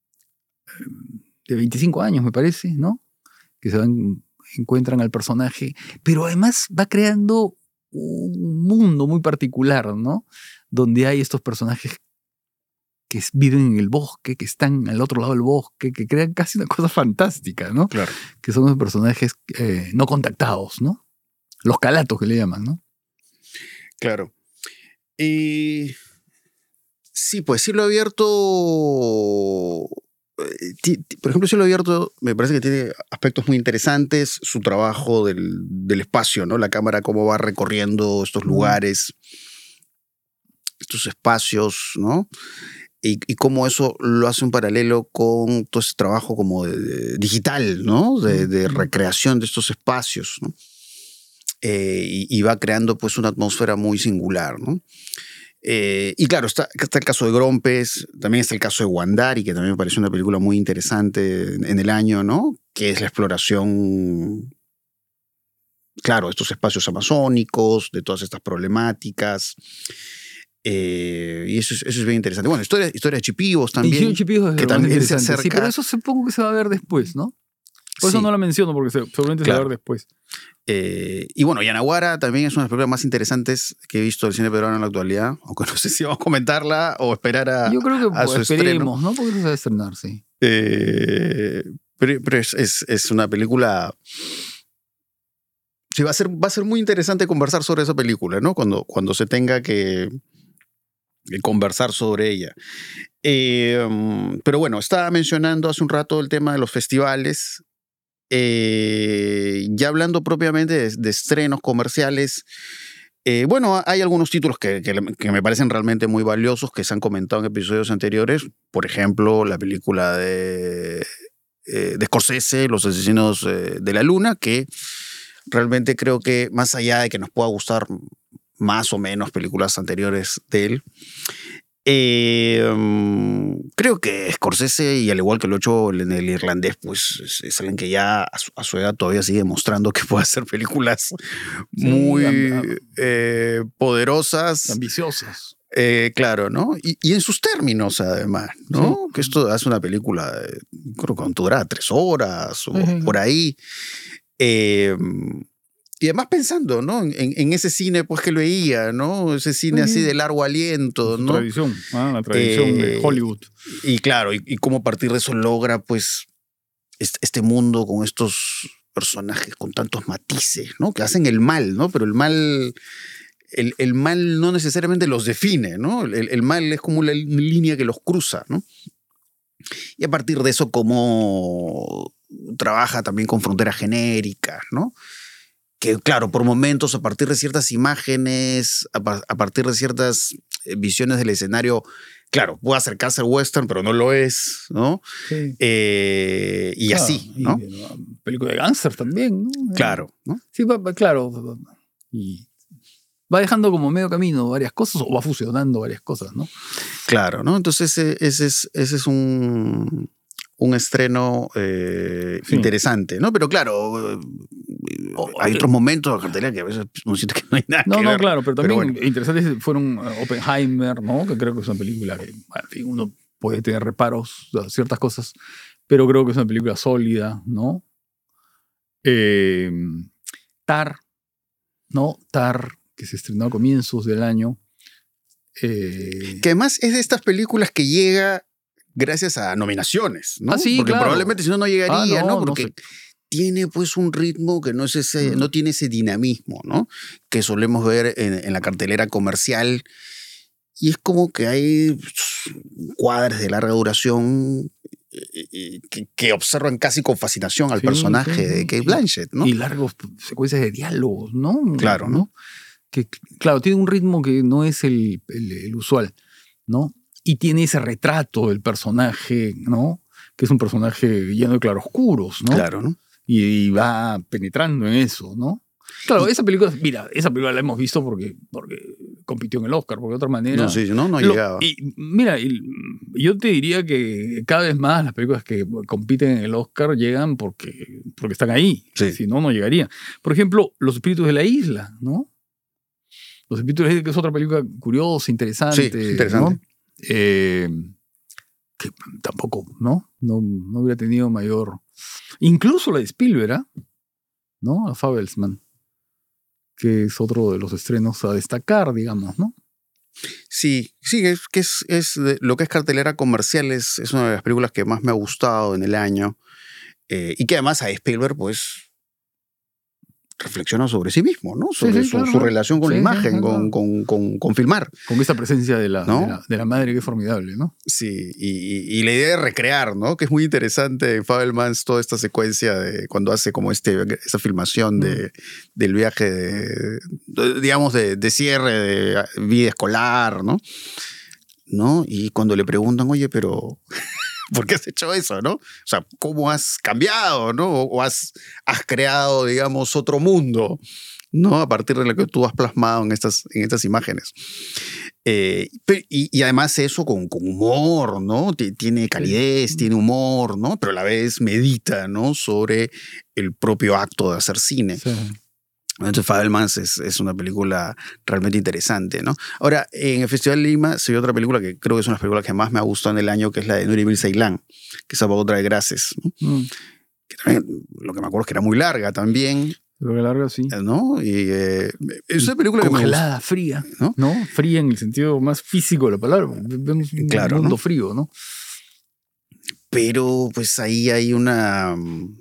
C: de veinticinco años, me parece, ¿no? Que se van, encuentran al personaje, pero además va creando un mundo muy particular, ¿no? Donde hay estos personajes que viven en el bosque, que están al otro lado del bosque, que crean casi una cosa fantástica, ¿no?
B: Claro.
C: Que son los personajes eh, no contactados, ¿no? Los calatos que le llaman, ¿no?
B: Claro. Y sí, pues Cielo Abierto, por ejemplo, Cielo Abierto me parece que tiene aspectos muy interesantes, su trabajo del, del espacio, ¿no? La cámara cómo va recorriendo estos lugares, estos espacios, ¿no? Y, y cómo eso lo hace un paralelo con todo ese trabajo como de, de, digital, ¿no? De, de recreación de estos espacios, ¿no? Eh, y, y va creando pues una atmósfera muy singular, ¿no? Eh, y claro, está, está el caso de Grompes, también está el caso de Wandari, que también me pareció una película muy interesante en, en el año, ¿no? Que es la exploración, claro, de estos espacios amazónicos, de todas estas problemáticas. Eh, y eso es, eso es bien interesante. Bueno, historia, historia de Chipivos también.
C: Y Chipivos es
B: que también se acerca.
C: Sí, pero eso supongo que se va a ver después, ¿no? Por eso sí. No la menciono, porque se, seguramente claro. se va a ver después.
B: Eh, y bueno, Yanaguara también es una de las películas más interesantes que he visto del cine peruano en la actualidad, aunque no sé si vamos a comentarla o esperar a,
C: Yo creo que
B: a su
C: esperemos,
B: estreno.
C: ¿no? Porque se va a estrenar, sí.
B: Eh, pero pero es, es, es una película... Sí, va a ser, va a ser muy interesante conversar sobre esa película, ¿no? Cuando, cuando se tenga que, que conversar sobre ella. Eh, pero bueno, estaba mencionando hace un rato el tema de los festivales. Eh, ya hablando propiamente de, de estrenos comerciales, eh, bueno, hay algunos títulos que, que, que me parecen realmente muy valiosos que se han comentado en episodios anteriores. Por ejemplo, la película de, eh, de Scorsese, Los Asesinos eh, de la Luna, que realmente creo que más allá de que nos pueda gustar más o menos películas anteriores de él, Eh, um, creo que Scorsese, y al igual que lo ha hecho en El Irlandés, pues es, es alguien que ya a su, a su edad todavía sigue mostrando que puede hacer películas sí, muy amb eh, poderosas.
C: Ambiciosas.
B: Eh, claro, ¿no? Y, y en sus términos, además, ¿no?
C: Sí.
B: Que esto hace una película, eh, creo que durará tres horas o
C: uh-huh.
B: por ahí. Eh, Y además pensando, ¿no? En, en ese cine pues que veía, ¿no? Ese cine uh-huh. así de largo aliento, ¿no?
C: La tradición, ah, la tradición eh, de Hollywood.
B: Y claro, y, y cómo a partir de eso logra pues este, este mundo con estos personajes con tantos matices, ¿no? Que hacen el mal, ¿no? Pero el mal, el, el mal no necesariamente los define, ¿no? El, el mal es como una línea que los cruza, ¿no? Y a partir de eso cómo trabaja también con fronteras genéricas, ¿no? Que claro, por momentos, a partir de ciertas imágenes, a, pa a partir de ciertas visiones del escenario, claro, puede acercarse al western, pero no lo es, ¿no?
C: Sí.
B: Eh, y claro, así, ¿no?
C: Y, ¿no? Película de gánster también, ¿no?
B: Claro, ¿no?
C: Sí, va, va, claro. Y va dejando como medio camino varias cosas o va fusionando varias cosas, ¿no?
B: Claro, ¿no? Entonces ese, ese, es, ese es un... un estreno eh, sí. interesante, ¿no? Pero claro, oh, hay otros momentos de la cartelera que a veces uno siente que no hay nada
C: no,
B: que
C: no,
B: ver.
C: claro, pero también
B: pero bueno.
C: interesantes fueron Oppenheimer, ¿no? Que creo que es una película que, en fin, uno puede tener reparos a ciertas cosas, pero creo que es una película sólida, ¿no? Eh, Tar, ¿no? Tar, que se estrenó a comienzos del año. Eh,
B: que además es de estas películas que llega gracias a nominaciones, ¿no?
C: Ah, sí,
B: porque
C: claro.
B: probablemente si no, no llegaría,
C: ah, no,
B: ¿no? Porque
C: no sé.
B: tiene pues un ritmo que no, es ese, no tiene ese dinamismo, ¿no? Que solemos ver en, en la cartelera comercial. Y es como que hay cuadros de larga duración que, que observan casi con fascinación al
C: Sí,
B: personaje
C: sí,
B: de
C: sí.
B: Cate Blanchett, ¿no?
C: Y largos secuencias de diálogos, ¿no?
B: Claro, ¿no?
C: Que, claro, tiene un ritmo que no es el, el, el usual, ¿no? Y tiene ese retrato del personaje, ¿no? Que es un personaje lleno de claroscuros, ¿no?
B: Claro, ¿no?
C: Y, y va penetrando en eso, ¿no? Claro, esa película, mira, esa película la hemos visto porque, porque compitió en el Oscar, porque de otra manera...
B: No, sí, no, no
C: lo,
B: llegaba.
C: Y mira, y, yo te diría que cada vez más las películas que compiten en el Oscar llegan porque, porque están ahí.
B: Sí.
C: Si no, no llegarían. Por ejemplo, Los Espíritus de la Isla, ¿no? Los Espíritus de la Isla, que es otra película curiosa, interesante.
B: Sí, interesante.
C: ¿no? Eh, que tampoco, ¿no? ¿no? No hubiera tenido mayor... Incluso la de Spielberg, ¿eh? ¿no? A Fabelsman, que es otro de los estrenos a destacar, digamos, ¿no?
B: Sí, sí, es que es, es de, lo que es cartelera comercial es, es una de las películas que más me ha gustado en el año. Eh, y que además a Spielberg, pues, reflexiona sobre sí mismo, ¿no? Sobre
C: sí, sí,
B: su,
C: claro,
B: su relación con
C: sí,
B: la imagen,
C: sí,
B: con,
C: claro.
B: con, con, con filmar.
C: Con esta presencia de la,
B: ¿no?
C: de la, de la madre que es formidable, ¿no?
B: Sí, y, y la idea de recrear, ¿no? Que es muy interesante en Fabelmans toda esta secuencia de cuando hace como este, esa filmación de, del viaje, de, de, digamos, de, de cierre de vida escolar, ¿no? ¿no? Y cuando le preguntan, oye, pero ¿por qué has hecho eso, no? O sea, ¿cómo has cambiado, no? O has, has creado, digamos, otro mundo, ¿no? A partir de lo que tú has plasmado en estas, en estas imágenes. Eh, y, y además eso con, con humor, ¿no? Tiene calidez, sí. tiene humor, ¿no? Pero a la vez medita, ¿no? Sobre el propio acto de hacer cine.
C: Sí.
B: Entonces, Fabelmans es, es una película realmente interesante, ¿no? Ahora, en el Festival de Lima se vio otra película que creo que es una película que más me ha gustado en el año, que es la de Nuri Bilge Ceylan, que es otra de Graces, ¿no? Mm. Que también, lo que me acuerdo es que era muy larga también.
C: Lo que larga, sí.
B: ¿No? Y eh, es una película que
C: congelada, fría, ¿no? ¿no? Fría en el sentido más físico de la palabra. Vemos un
B: claro,
C: mundo
B: ¿no?
C: frío, ¿no?
B: Pero pues ahí hay una...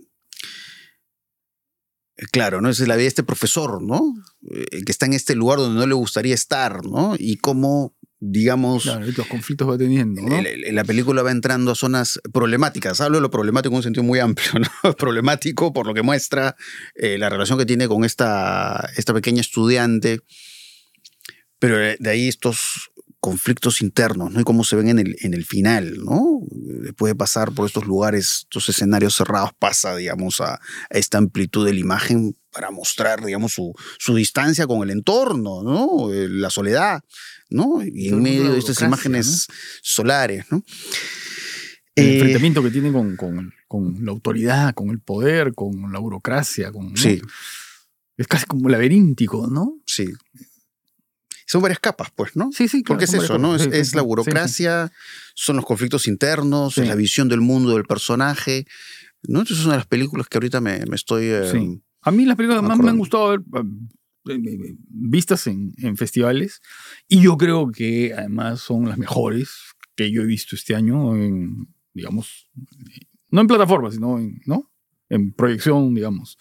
B: Claro, ¿no? Es la vida de este profesor, ¿no? Que está en este lugar donde no le gustaría estar, ¿no? Y cómo, digamos...
C: Claro, los conflictos va teniendo, ¿no?
B: La, la película va entrando a zonas problemáticas. Hablo de lo problemático en un sentido muy amplio, ¿no? Problemático por lo que muestra eh, la relación que tiene con esta, esta pequeña estudiante. Pero de ahí estos conflictos internos, ¿no? Y cómo se ven en el, en el final, ¿no? Después de pasar por estos lugares, estos escenarios cerrados, pasa, digamos, a, a esta amplitud de la imagen para mostrar, digamos, su, su distancia con el entorno, ¿no? La soledad, ¿no? Y en medio de estas imágenes, ¿no? Solares, ¿no?
C: El
B: eh,
C: enfrentamiento que tiene con, con, con la autoridad, con el poder, con la burocracia, con, ¿no?
B: Sí.
C: Es casi como laberíntico, ¿no?
B: Sí. Son varias capas, pues, ¿no?
C: Sí, sí, claro.
B: Porque es eso, ¿no?
C: Sí,
B: es,
C: sí,
B: es
C: sí,
B: la burocracia, sí, sí. son los conflictos internos, sí. es la visión del mundo del personaje, ¿no? Entonces es una de las películas que ahorita me, me estoy... Eh,
C: sí. A mí las películas más me han gustado ver eh, vistas en, en festivales, y yo creo que además son las mejores que yo he visto este año, en, digamos, no en plataformas, sino en, ¿no? en proyección, digamos.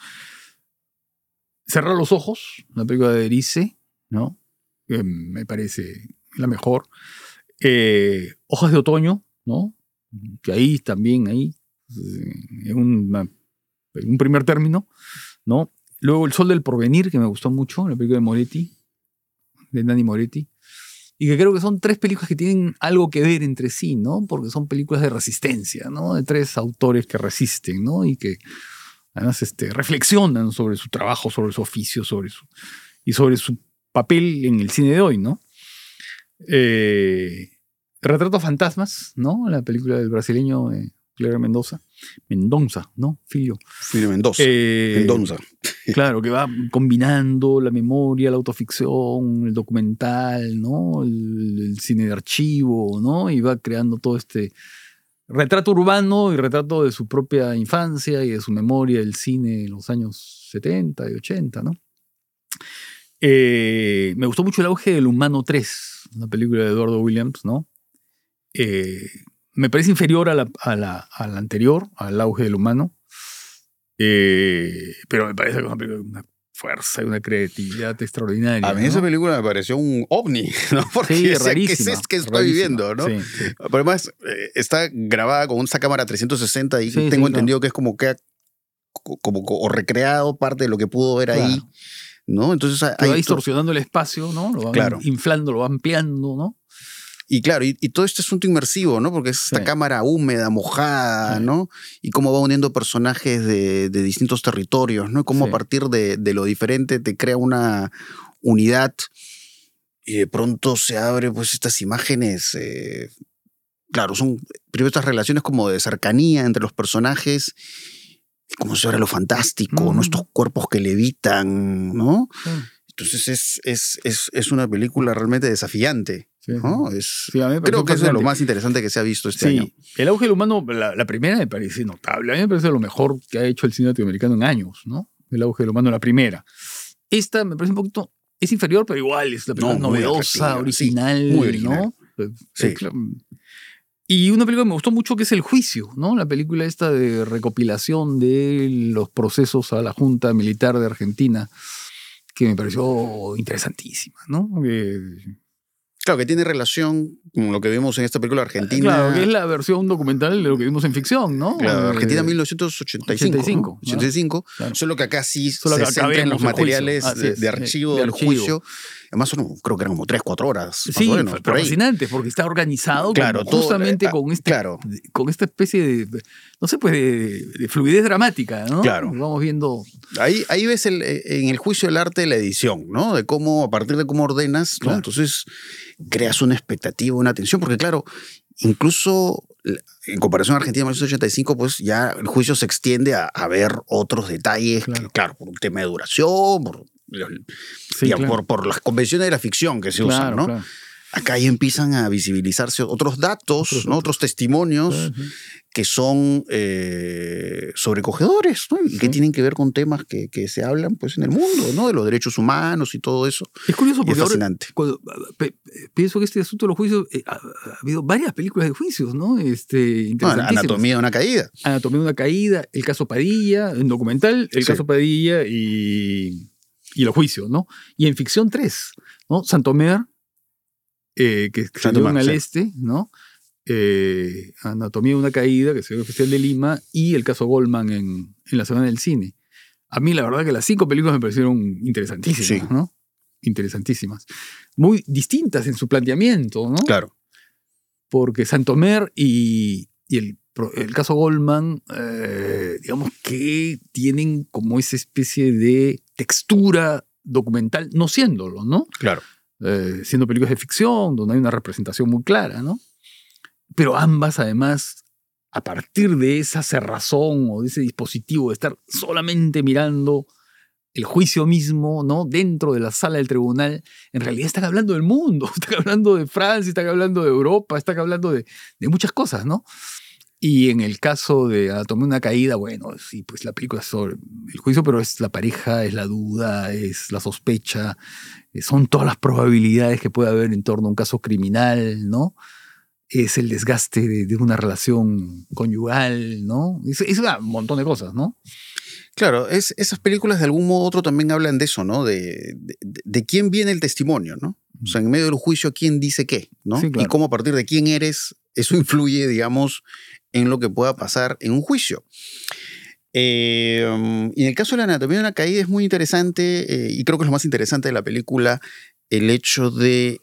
C: Cerrar los ojos, la película de Erice, ¿no? que me parece la mejor. Eh, Hojas de otoño, ¿no? Que ahí también, ahí, en, una, en un primer término, ¿no? Luego El sol del porvenir, que me gustó mucho, la película de Moretti, de Nanni Moretti, y que creo que son tres películas que tienen algo que ver entre sí, ¿no? Porque son películas de resistencia, ¿no? De tres autores que resisten, ¿no? Y que además este, reflexionan sobre su trabajo, sobre su oficio, sobre su, y sobre su papel en el cine de hoy, ¿no? Eh, Retrato Fantasmas, ¿no? La película del brasileño eh, Cleber Mendoza. Mendoza, ¿no? Filio.
B: Filio Mendoza.
C: Eh,
B: Mendoza.
C: Claro, que va combinando la memoria, la autoficción, el documental, ¿no? El, el cine de archivo, ¿no? Y va creando todo este retrato urbano y retrato de su propia infancia y de su memoria del cine en los años setenta y ochenta, ¿no? Eh, me gustó mucho El auge del humano tres, una película de Eduardo Williams, ¿no? Eh, me parece inferior a la, a, la, a la anterior, al auge del humano, Eh, pero me parece que es una película de una fuerza y una creatividad extraordinaria.
B: A mí
C: ¿no?
B: esa película me pareció un ovni, ¿no? Porque
C: Sí,
B: o sea, ¿qué es
C: rarísima,
B: esto que estoy
C: rarísima.
B: viviendo, no?
C: Sí, sí.
B: Pero además eh, está grabada con esa cámara trescientos sesenta y
C: Sí,
B: tengo
C: sí,
B: entendido que es como que ha co- como o recreado parte de lo que pudo ver ahí,
C: Claro.
B: ¿no? Entonces
C: Que
B: hay
C: va
B: to-
C: distorsionando el espacio, ¿no? Lo van
B: Claro.
C: inflando, lo va ampliando, ¿no?
B: y claro, y, y todo este asunto inmersivo, ¿no? Porque es esta
C: Sí.
B: cámara húmeda, mojada,
C: Sí.
B: ¿no? Y cómo va uniendo personajes de, de distintos territorios, ¿no? Y cómo
C: Sí.
B: a partir de, de lo diferente te crea una unidad y de pronto se abre pues estas imágenes, eh, claro, son primero estas relaciones como de cercanía entre los personajes, como se abre lo fantástico,
C: Mm.
B: ¿no? Estos cuerpos que levitan, ¿no?
C: Sí.
B: Entonces es, es, es, es una película realmente desafiante,
C: Sí,
B: ¿no? Es,
C: Sí, a mí me
B: creo
C: pareció
B: que es de lo
C: fascinante.
B: más interesante que se ha visto este
C: Sí,
B: año.
C: el auge del humano, la, la primera me parece notable. A mí me parece lo mejor que ha hecho el cine latinoamericano en años, ¿no? El auge del humano, la primera. Esta me parece un poquito, es inferior, pero igual es la película
B: No, muy
C: novedosa,
B: atractiva, sí,
C: original,
B: muy original.
C: ¿no? Pues,
B: Sí.
C: eh, claro. Y una película que me gustó mucho que es El Juicio, ¿no? La película esta de recopilación de los procesos a la Junta Militar de Argentina, que me pareció interesantísima, ¿no? Que-
B: Claro, que tiene relación con lo que vimos en esta película argentina.
C: Claro, que es la versión documental de lo que vimos en ficción, ¿no?
B: Claro, Argentina
C: Eh,
B: mil novecientos ochenta y cinco.
C: ochenta y cinco,
B: ¿no?
C: ¿no?
B: ochenta y cinco,
C: Claro.
B: solo que acá sí
C: Solo
B: se
C: que acá
B: centra en
C: vemos
B: los
C: el juicio.
B: materiales
C: Así
B: de,
C: es,
B: de archivo
C: de
B: del
C: archivo.
B: juicio. Además, son, creo que eran como tres, cuatro horas. Más
C: Sí,
B: o menos,
C: pero
B: por ahí.
C: fascinante, porque está organizado
B: Claro,
C: como
B: todo,
C: justamente
B: eh,
C: con, este,
B: claro.
C: con esta especie de, no sé, pues de, de fluidez dramática, ¿no?
B: Claro.
C: Vamos viendo.
B: Ahí, ahí ves el, en el juicio el arte de la edición, ¿no? De cómo, a partir de cómo ordenas, ¿no?
C: Claro.
B: Entonces creas una expectativa, una atención, porque claro, incluso en comparación a Argentina mil novecientos ochenta y cinco, pues ya el juicio se extiende a, a ver otros detalles,
C: Claro.
B: que, claro, por un tema de duración, por,
C: Sí,
B: digamos,
C: claro.
B: por, por las convenciones de la ficción que se usan,
C: Claro,
B: ¿no?
C: claro.
B: Acá ya empiezan a visibilizarse otros datos,
C: Otros
B: ¿no?
C: datos.
B: Otros testimonios
C: Sí, sí.
B: que son eh, sobrecogedores, ¿no? Y que
C: Sí.
B: tienen que ver con temas que, que se hablan pues, en el mundo, ¿no? De los derechos humanos y todo eso.
C: Es curioso
B: Y es
C: porque ahora,
B: fascinante.
C: cuando, pe- pe- pienso que este asunto de los juicios, eh, ha, ha habido varias películas de juicios, ¿no? Este,
B: No,
C: interesantísimas.
B: Anatomía de una caída.
C: Anatomía de una caída, el caso Padilla, en documental, el
B: Sí.
C: caso Padilla y, y los juicios, ¿no? Y en ficción tres, ¿no? Santomer, eh, que escribió
B: Santomer,
C: en Al
B: sí.
C: Este, ¿no? Eh, Anatomía de una caída, que se dio en el Festival de Lima, y el caso Goldman en, en la Semana del Cine. A mí la verdad que las cinco películas me parecieron interesantísimas,
B: Sí.
C: ¿no? Interesantísimas. Muy distintas en su planteamiento, ¿no?
B: Claro.
C: Porque Santomer y, y el, pro- el caso Goldman, eh, digamos que tienen como esa especie de textura documental, no siéndolo, ¿no?
B: Claro.
C: Eh, siendo películas de ficción, donde hay una representación muy clara, ¿no? Pero ambas, además, a partir de esa cerrazón o de ese dispositivo de estar solamente mirando el juicio mismo, ¿no? Dentro de la sala del tribunal, en realidad están hablando del mundo, están hablando de Francia, están hablando de Europa, están hablando de, de muchas cosas, ¿no? Y en el caso de Anatomía de una caída, bueno, sí, pues la película es sobre el juicio, pero es la pareja, es la duda, es la sospecha, eh, son todas las probabilidades que puede haber en torno a un caso criminal, ¿no? Es el desgaste de, de una relación conyugal, ¿no? Es, es un montón de cosas, ¿no?
B: Claro, es, esas películas de algún modo u otro también hablan de eso, ¿no? De, de, de quién viene el testimonio, ¿no? O sea, en medio del juicio, quién dice qué, ¿no?
C: Sí, claro.
B: Y cómo a partir de quién eres, eso influye, digamos, en lo que pueda pasar en un juicio. Eh, um, y en el caso de la anatomía de una caída es muy interesante, eh, y creo que es lo más interesante de la película, el hecho de...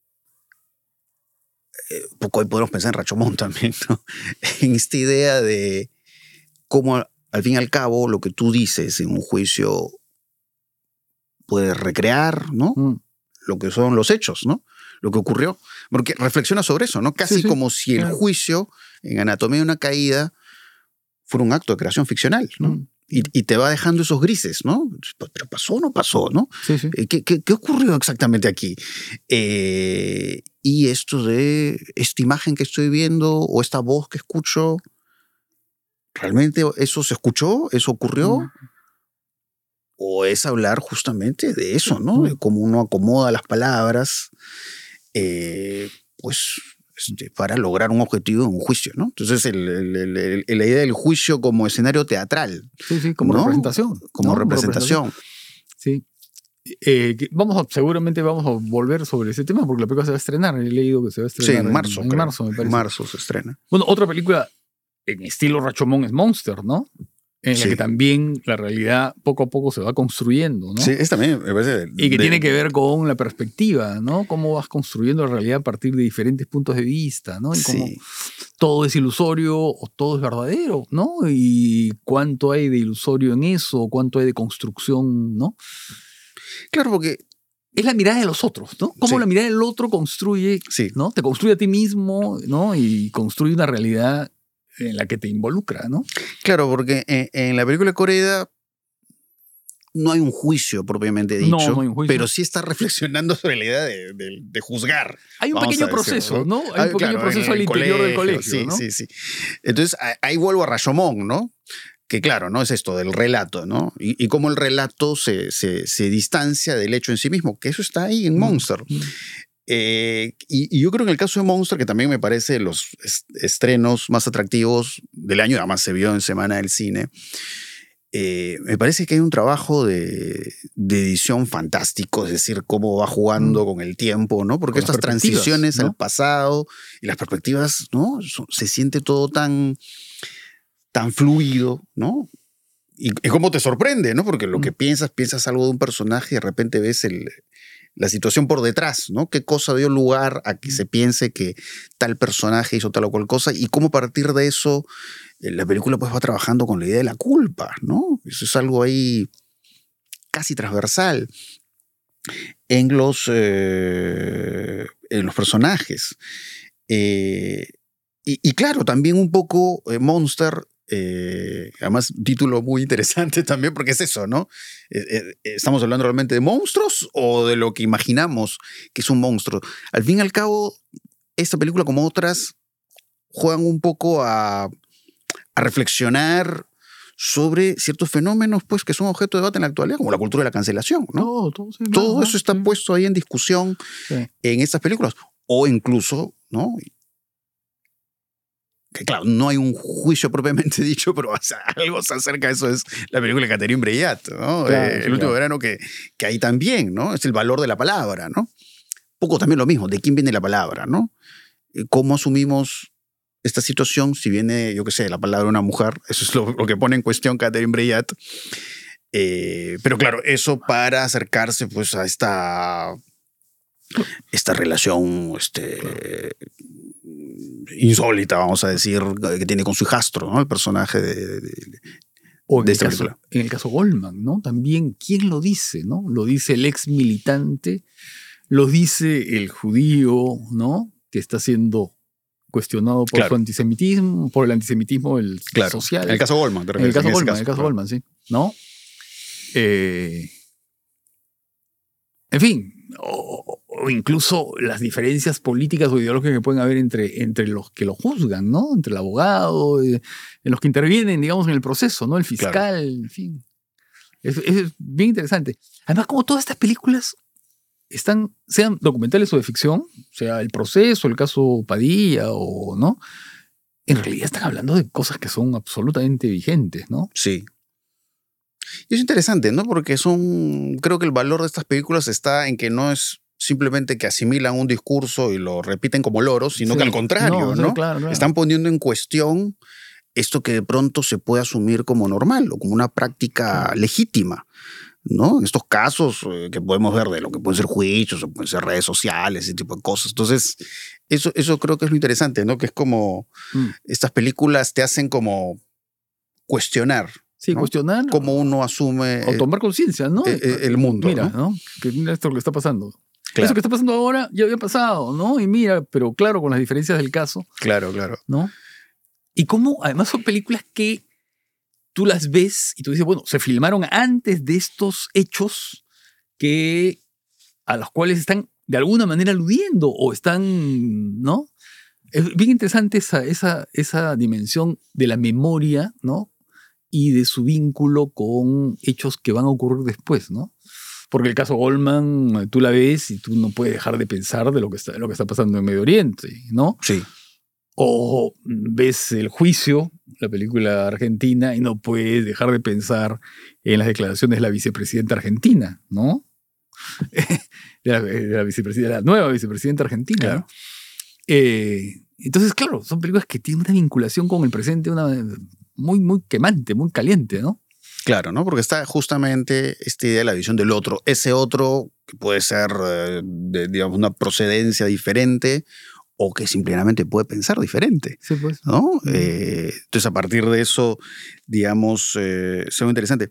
B: Eh, poco ahí podemos pensar en Rashomon también, ¿no? En esta idea de cómo al fin y al cabo lo que tú dices en un juicio puedes recrear, ¿no?
C: Mm.
B: Lo que son los hechos, ¿no? Lo que ocurrió. Porque reflexiona sobre eso, ¿no? Casi
C: Sí, sí,
B: como si el
C: claro.
B: juicio en Anatomía de una caída fuera un acto de creación ficcional, ¿no?
C: Mm.
B: Y, y te va dejando esos grises, ¿no? Pero pasó o no pasó, ¿no?
C: Sí, sí.
B: Eh, ¿Qué, qué, qué ocurrió exactamente aquí? Eh, y esto de esta imagen que estoy viendo o esta voz que escucho, ¿realmente eso se escuchó? ¿Eso ocurrió?
C: Mm.
B: O es hablar justamente de eso, ¿no? De cómo uno acomoda las palabras, eh, pues este, para lograr un objetivo en un juicio, ¿no? Entonces, el, el, el, el, la idea del juicio como escenario teatral.
C: Sí, sí, como
B: ¿no?
C: representación.
B: Como
C: ¿no?
B: representación.
C: Como representación. Sí. Eh, vamos a, seguramente vamos a volver sobre ese tema porque la película se va a estrenar. He leído que se va a estrenar.
B: Sí, en marzo.
C: En, en marzo, me parece.
B: En marzo se estrena.
C: Bueno, otra película en estilo Rashomon es Monster, ¿no? En la
B: sí.
C: que también la realidad poco a poco se va construyendo, ¿no?
B: Sí, es también, me parece. De,
C: y que
B: de,
C: tiene que ver con la perspectiva, ¿no? Cómo vas construyendo la realidad a partir de diferentes puntos de vista, ¿no? Y cómo
B: sí.
C: todo es ilusorio o todo es verdadero, ¿no? Y cuánto hay de ilusorio en eso, cuánto hay de construcción, ¿no?
B: Claro, porque
C: es la mirada de los otros, ¿no? Cómo sí. la mirada del otro construye,
B: sí.
C: ¿no? Te construye a ti mismo, ¿no? Y construye una realidad en la que te involucra, ¿no?
B: Claro, porque en, en la película de Corea no hay un juicio propiamente dicho,
C: no, no hay un juicio.
B: Pero sí está reflexionando sobre la idea de, de, de juzgar.
C: Hay un pequeño proceso, ¿no? Hay
B: ah,
C: un pequeño
B: claro,
C: proceso al interior colegio, del colegio,
B: sí,
C: ¿no?
B: Sí, sí, entonces ahí vuelvo a Rashomon, ¿no? Que claro, ¿no? Es esto del relato, ¿no? Y, y cómo el relato se, se, se distancia del hecho en sí mismo, que eso está ahí en Monster. Mm. Eh, y, y yo creo que en el caso de Monster, que también me parece los estrenos más atractivos del año, además se vio en Semana del Cine, eh, me parece que hay un trabajo de, de edición fantástico, es decir, cómo va jugando mm. con el tiempo, ¿no? Porque con estas transiciones, ¿no?, al pasado y las perspectivas, ¿no? Se siente todo tan, tan fluido, ¿no? Y, y cómo te sorprende, ¿no? Porque lo mm. que piensas, piensas algo de un personaje y de repente ves el... la situación por detrás, ¿no? ¿Qué cosa dio lugar a que se piense que tal personaje hizo tal o cual cosa? Y cómo a partir de eso eh, la película pues va trabajando con la idea de la culpa, ¿no? Eso es algo ahí casi transversal en los, eh, en los personajes. Eh, y, y claro, también un poco eh, Monster... Eh, además, un título muy interesante también, porque es eso, ¿no? Eh, eh, ¿Estamos hablando realmente de monstruos o de lo que imaginamos que es un monstruo? Al fin y al cabo, esta película, como otras, juegan un poco a, a reflexionar sobre ciertos fenómenos pues, que son objeto de debate en la actualidad, como la cultura de la cancelación, ¿no?
C: Todo, todo, sí,
B: todo
C: no,
B: eso está
C: sí.
B: puesto ahí en discusión sí. en estas películas. O incluso, ¿no? Que claro, no hay un juicio propiamente dicho, pero o sea, algo se acerca a eso, es la película de Catherine Breillat, ¿no? Claro, eh, el claro. último verano, que, que ahí también, ¿no? Es el valor de la palabra, ¿no? Poco también lo mismo, ¿de quién viene la palabra, ¿no? ¿Cómo asumimos esta situación si viene, yo qué sé, la palabra de una mujer? Eso es lo, lo que pone en cuestión Catherine Breillat. Eh, pero claro, eso para acercarse pues a esta, esta relación, este... Claro. insólita, vamos a decir, que tiene con su hijastro, ¿no? El personaje de, de, de,
C: o en
B: de
C: el
B: esta
C: caso,
B: película.
C: En el caso Goldman, ¿no? También, ¿quién lo dice, no? Lo dice el ex militante, lo dice el judío, ¿no? Que está siendo cuestionado por claro. su antisemitismo, por el antisemitismo el
B: claro.
C: social.
B: En el caso Goldman, te
C: En el caso
B: en
C: Goldman,
B: caso,
C: en el caso
B: claro.
C: Goldman, sí. ¿No? Eh, en fin, o, o incluso las diferencias políticas o ideológicas que pueden haber entre, entre los que lo juzgan, ¿no? Entre el abogado, eh, en los que intervienen, digamos, en el proceso, ¿no? El fiscal, claro. en fin. Es, es bien interesante. Además, como todas estas películas están, sean documentales o de ficción, sea el proceso, el caso Padilla o, ¿no? En realidad están hablando de cosas que son absolutamente vigentes, ¿no?
B: Sí. Y es interesante, ¿no? Porque son, creo que el valor de estas películas está en que no es simplemente que asimilan un discurso y lo repiten como loros, sino sí. que al contrario, ¿no? ¿no?
C: Claro, claro.
B: Están poniendo en cuestión esto que de pronto se puede asumir como normal o como una práctica sí. legítima, ¿no? En estos casos eh, que podemos ver de lo que pueden ser juicios o pueden ser redes sociales, ese tipo de cosas. Entonces, eso, eso creo que es lo interesante, ¿no? Que es como mm. estas películas te hacen como cuestionar.
C: Sí,
B: ¿no?
C: cuestionar.
B: Cómo uno asume.
C: O tomar conciencia, ¿no?
B: El, el mundo.
C: Mira,
B: ¿no?
C: ¿no? Que mira esto lo que está pasando.
B: Claro.
C: Eso que está pasando ahora ya había pasado, ¿no? Y mira, pero claro, con las diferencias del caso.
B: Claro, claro.
C: ¿No? Y cómo, además, son películas que tú las ves y tú dices, bueno, se filmaron antes de estos hechos que, a los cuales están de alguna manera aludiendo o están, ¿no? Es bien interesante esa, esa, esa dimensión de la memoria, ¿no? Y de su vínculo con hechos que van a ocurrir después, ¿no? Porque el caso Goldman, tú la ves y tú no puedes dejar de pensar de lo que está, lo que está pasando en Medio Oriente, ¿no?
B: Sí.
C: O ves El Juicio, la película argentina, y no puedes dejar de pensar en las declaraciones de la vicepresidenta argentina, ¿no? de, la, de la vicepresidenta, la nueva vicepresidenta argentina.
B: Claro.
C: ¿No? Eh, entonces, claro, son películas que tienen una vinculación con el presente una, muy, muy quemante, muy caliente, ¿no?
B: Claro, ¿no? Porque está justamente esta idea de la visión del otro. Ese otro que puede ser eh, de, digamos, una procedencia diferente o que simplemente puede pensar diferente.
C: Sí, pues.
B: ¿No?
C: Mm.
B: Eh, entonces, a partir de eso, digamos, eh, es muy interesante.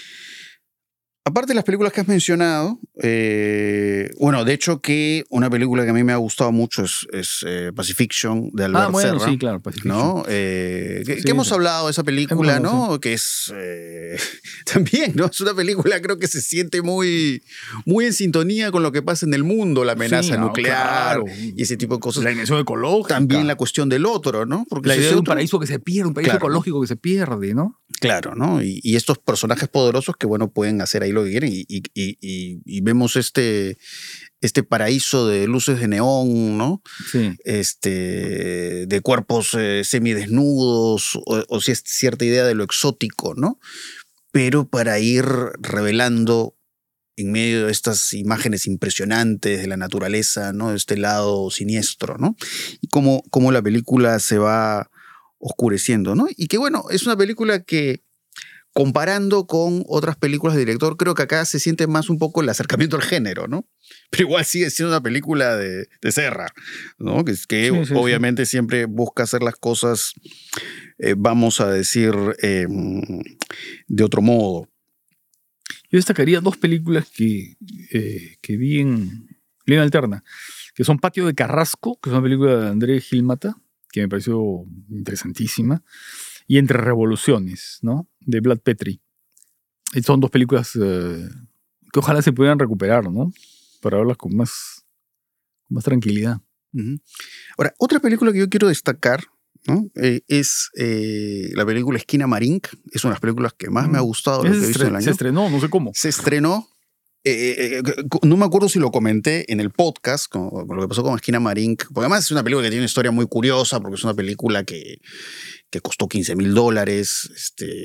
B: Aparte de las películas que has mencionado, eh, bueno, de hecho que una película que a mí me ha gustado mucho es, es eh, Pacifiction de Albert
C: Ah, bueno,
B: Serra.
C: sí, claro, Pacifiction.
B: ¿No? Eh, que,
C: Sí,
B: que hemos
C: sí.
B: hablado de esa película,
C: Hemos hablado,
B: ¿no? Que es eh, también, ¿no? Es una película, creo que se siente muy, muy en sintonía con lo que pasa en el mundo, la amenaza
C: Sí, no,
B: nuclear
C: claro.
B: y ese tipo de cosas.
C: La dimensión ecológica.
B: También la cuestión del otro, ¿no? Porque
C: la
B: ese
C: idea de un
B: otro,
C: paraíso que se pierde, un paraíso
B: Claro,
C: ecológico
B: ¿no?
C: que se pierde, ¿no?
B: Claro, ¿no? Y, y estos personajes poderosos que, bueno, pueden hacer ahí lo que quieren y, y, y, y, y vemos este, este paraíso de luces de neón, ¿no?
C: Sí.
B: Este, de cuerpos eh, semidesnudos o, o si es cierta idea de lo exótico, ¿no? Pero para ir revelando en medio de estas imágenes impresionantes de la naturaleza, ¿no? De este lado siniestro, ¿no? Y cómo, cómo la película se va oscureciendo, ¿no? Y que bueno, es una película que comparando con otras películas de director, creo que acá se siente más un poco el acercamiento al género, ¿no? Pero igual sigue siendo una película de, de Serra, ¿no? Que, que
C: Sí, sí,
B: obviamente sí. siempre busca hacer las cosas, eh, vamos a decir, eh, de otro modo.
C: Yo destacaría dos películas que, eh, que vi en línea alterna, que son Patio de Carrasco, que es una película de André Gilmata, que me pareció interesantísima, y Entre Revoluciones, ¿no? De Vlad Petri. Y son dos películas eh, que ojalá se pudieran recuperar, ¿no? Para verlas con más, con más tranquilidad.
B: Uh-huh. Ahora, otra película que yo quiero destacar, ¿no? Eh, es eh, la película Esquina Marink. Es una de las películas que más mm. me ha gustado lo que he visto en el año.
C: Se estrenó, no sé cómo.
B: Se estrenó. Eh, eh, no me acuerdo si lo comenté en el podcast, con, con lo que pasó con Esquina Marink, porque además es una película que tiene una historia muy curiosa, porque es una película que, que costó quince mil dólares. Este,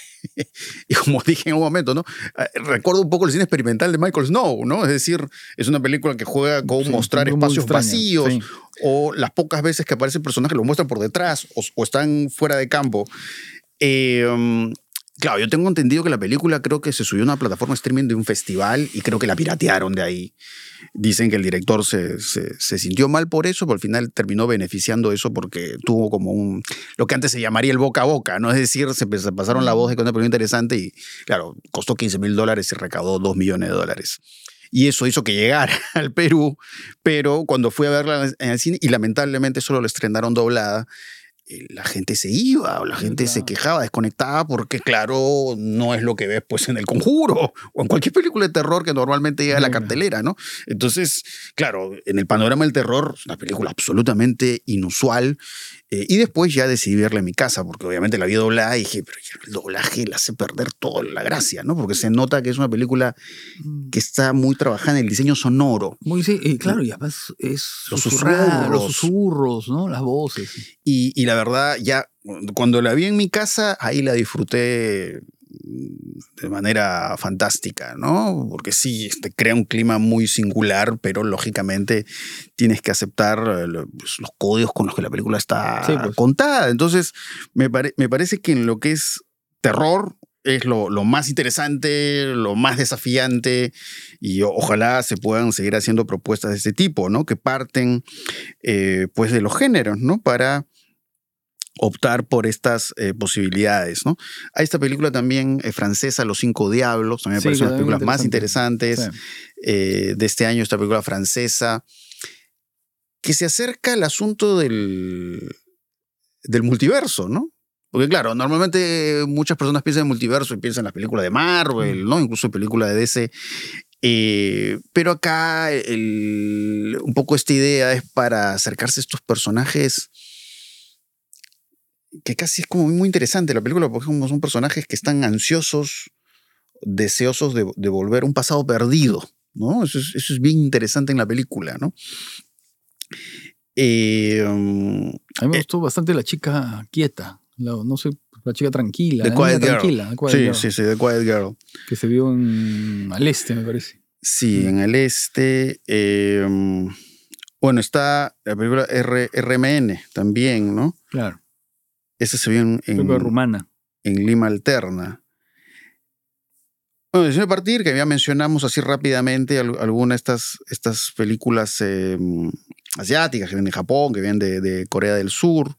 B: y como dije en un momento, ¿no? Recuerdo un poco el cine experimental de Michael Snow, ¿no? Es decir, es una película que juega con sí, mostrar espacios vacíos, sí. O las pocas veces que aparecen personajes los muestran por detrás o, o están fuera de campo. Eh, um, Claro, yo tengo entendido que la película creo que se subió a una plataforma streaming de un festival y creo que la piratearon de ahí. Dicen que el director se, se, se sintió mal por eso, pero al final terminó beneficiando eso porque tuvo como un... lo que antes se llamaría el boca a boca, ¿no? Es decir, se, se pasaron la voz de que una película interesante y, claro, costó quince mil dólares y recaudó dos millones de dólares. Y eso hizo que llegara al Perú, pero cuando fui a verla en el cine, y lamentablemente solo la estrenaron doblada, la gente se iba, o la gente claro. se quejaba, desconectaba, porque claro, no es lo que ves pues en El Conjuro o en cualquier película de terror que normalmente llega a la cartelera, ¿no? Entonces, claro, en el panorama del terror es una película absolutamente inusual, eh, y después ya decidí verla en mi casa, porque obviamente la vi doblada y dije, pero el doblaje le hace perder toda la gracia, ¿no? Porque se nota que es una película que está muy trabajada en el diseño sonoro.
C: Muy, sí, y claro, y además es
B: los
C: susurros, los susurros, ¿no? Las voces.
B: Y, y la verdad, ya cuando la vi en mi casa, ahí la disfruté de manera fantástica, ¿no? Porque sí, te crea un clima muy singular, pero lógicamente tienes que aceptar pues, los códigos con los que la película está sí, pues. contada. Entonces, me, pare- me parece que en lo que es terror es lo, lo más interesante, lo más desafiante, y o, ojalá se puedan seguir haciendo propuestas de este tipo, ¿no? Que parten eh, pues de los géneros, ¿no? Para optar por estas eh, posibilidades, ¿no? Hay esta película también eh, francesa, Los Cinco Diablos, también me sí, parece una de las películas más interesantes sí. eh, de este año, esta película francesa, que se acerca al asunto del, del multiverso, ¿no? Porque claro, normalmente muchas personas piensan en multiverso y piensan en las películas de Marvel, ¿no? Incluso en películas de D C. Eh, pero acá el, un poco esta idea es para acercarse a estos personajes que casi es como muy interesante la película, porque son personajes que están ansiosos deseosos de, de volver a un pasado perdido, ¿no? Eso es, eso es bien interesante en la película, ¿no? Eh, um,
C: A mí me
B: eh,
C: gustó bastante la chica quieta, la, no sé, la chica tranquila.
B: The
C: la
B: Quiet
C: niña
B: Girl.
C: Tranquila, The Quiet
B: Sí,
C: Girl,
B: sí, sí, The Quiet Girl.
C: que se vio en, al este, me parece.
B: Sí,
C: Mm.
B: en el este. Eh, bueno, está la película R, R M N también, ¿no?
C: Claro,
B: Esa se vio en,
C: creo que
B: en,
C: rumana.
B: en Lima Alterna. Bueno, Decime Partir, que ya mencionamos así rápidamente al- algunas de estas, estas películas eh, asiáticas que vienen de Japón, que vienen de, de Corea del Sur.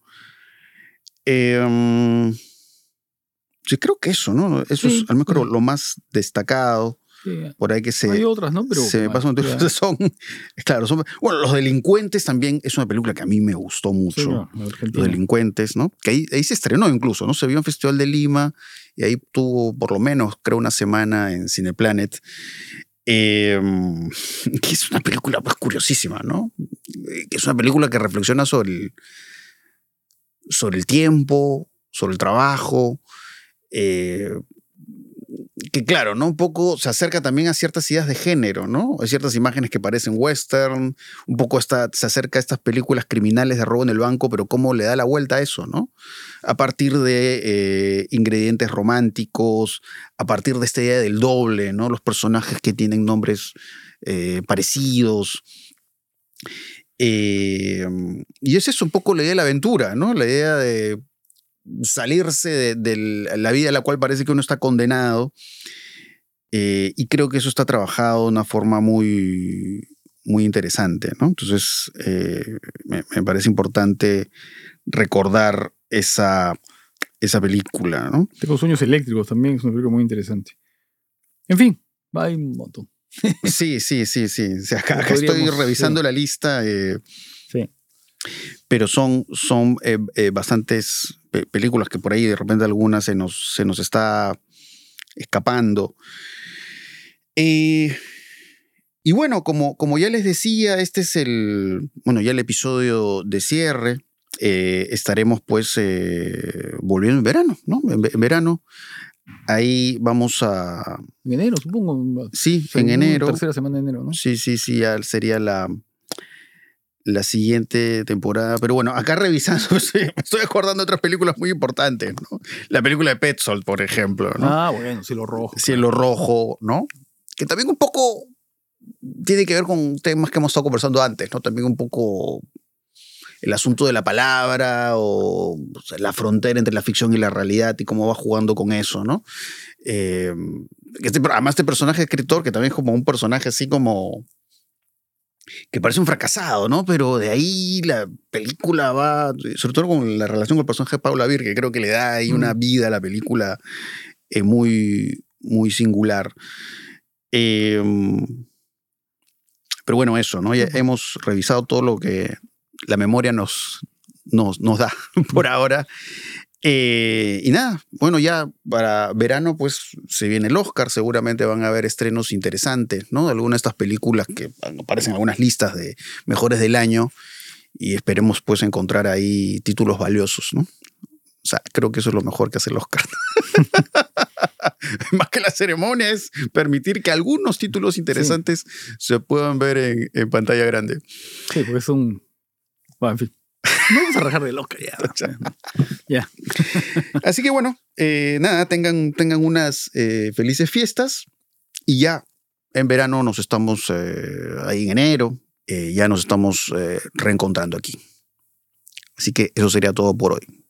B: Eh, sí, creo que eso, ¿no? Eso
C: Sí,
B: es al menos creo
C: sí.
B: lo más destacado.
C: Sí.
B: Por ahí que se,
C: Hay otras, ¿no? Pero
B: se me pasan.
C: ya.
B: Son, claro, son, bueno, Los Delincuentes también es una película que a mí me gustó
C: Sí,
B: mucho.
C: claro, la
B: Los
C: Argentina.
B: Delincuentes, ¿no? Que ahí, ahí se estrenó incluso, ¿no? Se vio en Festival de Lima y ahí tuvo por lo menos, creo, una semana en Cineplanet. Eh, que es una película pues, curiosísima, ¿no? Que es una película que reflexiona sobre el, sobre el tiempo, sobre el trabajo. Eh, que claro, ¿no? Un poco se acerca también a ciertas ideas de género, ¿no? Hay ciertas imágenes que parecen western, un poco está, se acerca a estas películas criminales de robo en el banco, pero cómo le da la vuelta a eso, ¿no? A partir de eh, ingredientes románticos, a partir de esta idea del doble, ¿no? Los personajes que tienen nombres eh, parecidos. Eh, y es eso un poco la idea de la aventura, ¿no? La idea de salirse de, de la vida a la cual parece que uno está condenado. Eh, y creo que eso está trabajado de una forma muy, muy interesante, ¿no? Entonces, eh, me, me parece importante recordar esa, esa película, ¿no?
C: Tengo Sueños Eléctricos también, es una película muy interesante. En fin, hay un montón.
B: Sí, sí, sí, sí. O sea, acá, acá estoy
C: Podríamos,
B: revisando
C: sí.
B: la lista, eh,
C: Sí.
B: pero son, son eh, eh, bastantes pe- películas que por ahí de repente algunas se nos, se nos está escapando. Eh, y bueno, como, como ya les decía, este es el, bueno, ya el episodio de cierre. Eh, estaremos pues eh, volviendo en verano, ¿no? En, en verano. Ahí vamos a...
C: En enero, supongo.
B: Sí,
C: O sea,
B: en enero.
C: Tercera semana de enero, ¿no?
B: Sí, sí, sí, ya sería la, la siguiente temporada. Pero bueno, acá revisando, me estoy acordando de otras películas muy importantes, ¿no? La película de Petzold, por ejemplo, ¿no?
C: Ah, bueno, Cielo Rojo.
B: Cielo Rojo, ¿no? Que también un poco tiene que ver con temas que hemos estado conversando antes, ¿no? También un poco el asunto de la palabra o, o sea, la frontera entre la ficción y la realidad y cómo va jugando con eso, ¿no? Eh, este, además, este personaje escritor, que también es como un personaje así como que parece un fracasado, ¿no? Pero de ahí la película va, sobre todo con la relación con el personaje de Paula Vir, que creo que le da ahí mm. una vida a la película eh, muy, muy singular. Eh, pero bueno, eso, ¿no? Ya hemos revisado todo lo que la memoria nos, nos, nos da por ahora. Eh, y nada, bueno, ya para verano pues se viene el Oscar, seguramente van a haber estrenos interesantes, ¿no? De algunas de estas películas que aparecen en algunas listas de mejores del año y esperemos pues encontrar ahí títulos valiosos, ¿no? O sea, creo que eso es lo mejor que hace el Oscar. Más que la ceremonia es permitir que algunos títulos interesantes sí. se puedan ver en, en pantalla grande.
C: Sí, porque es un... Bueno, en fin. No vamos a rajar del Oscar ya. Ya.
B: Así que bueno, eh, nada, tengan, tengan unas eh, felices fiestas y ya en verano nos estamos eh, ahí en enero, eh, ya nos estamos eh, reencontrando aquí. Así que eso sería todo por hoy.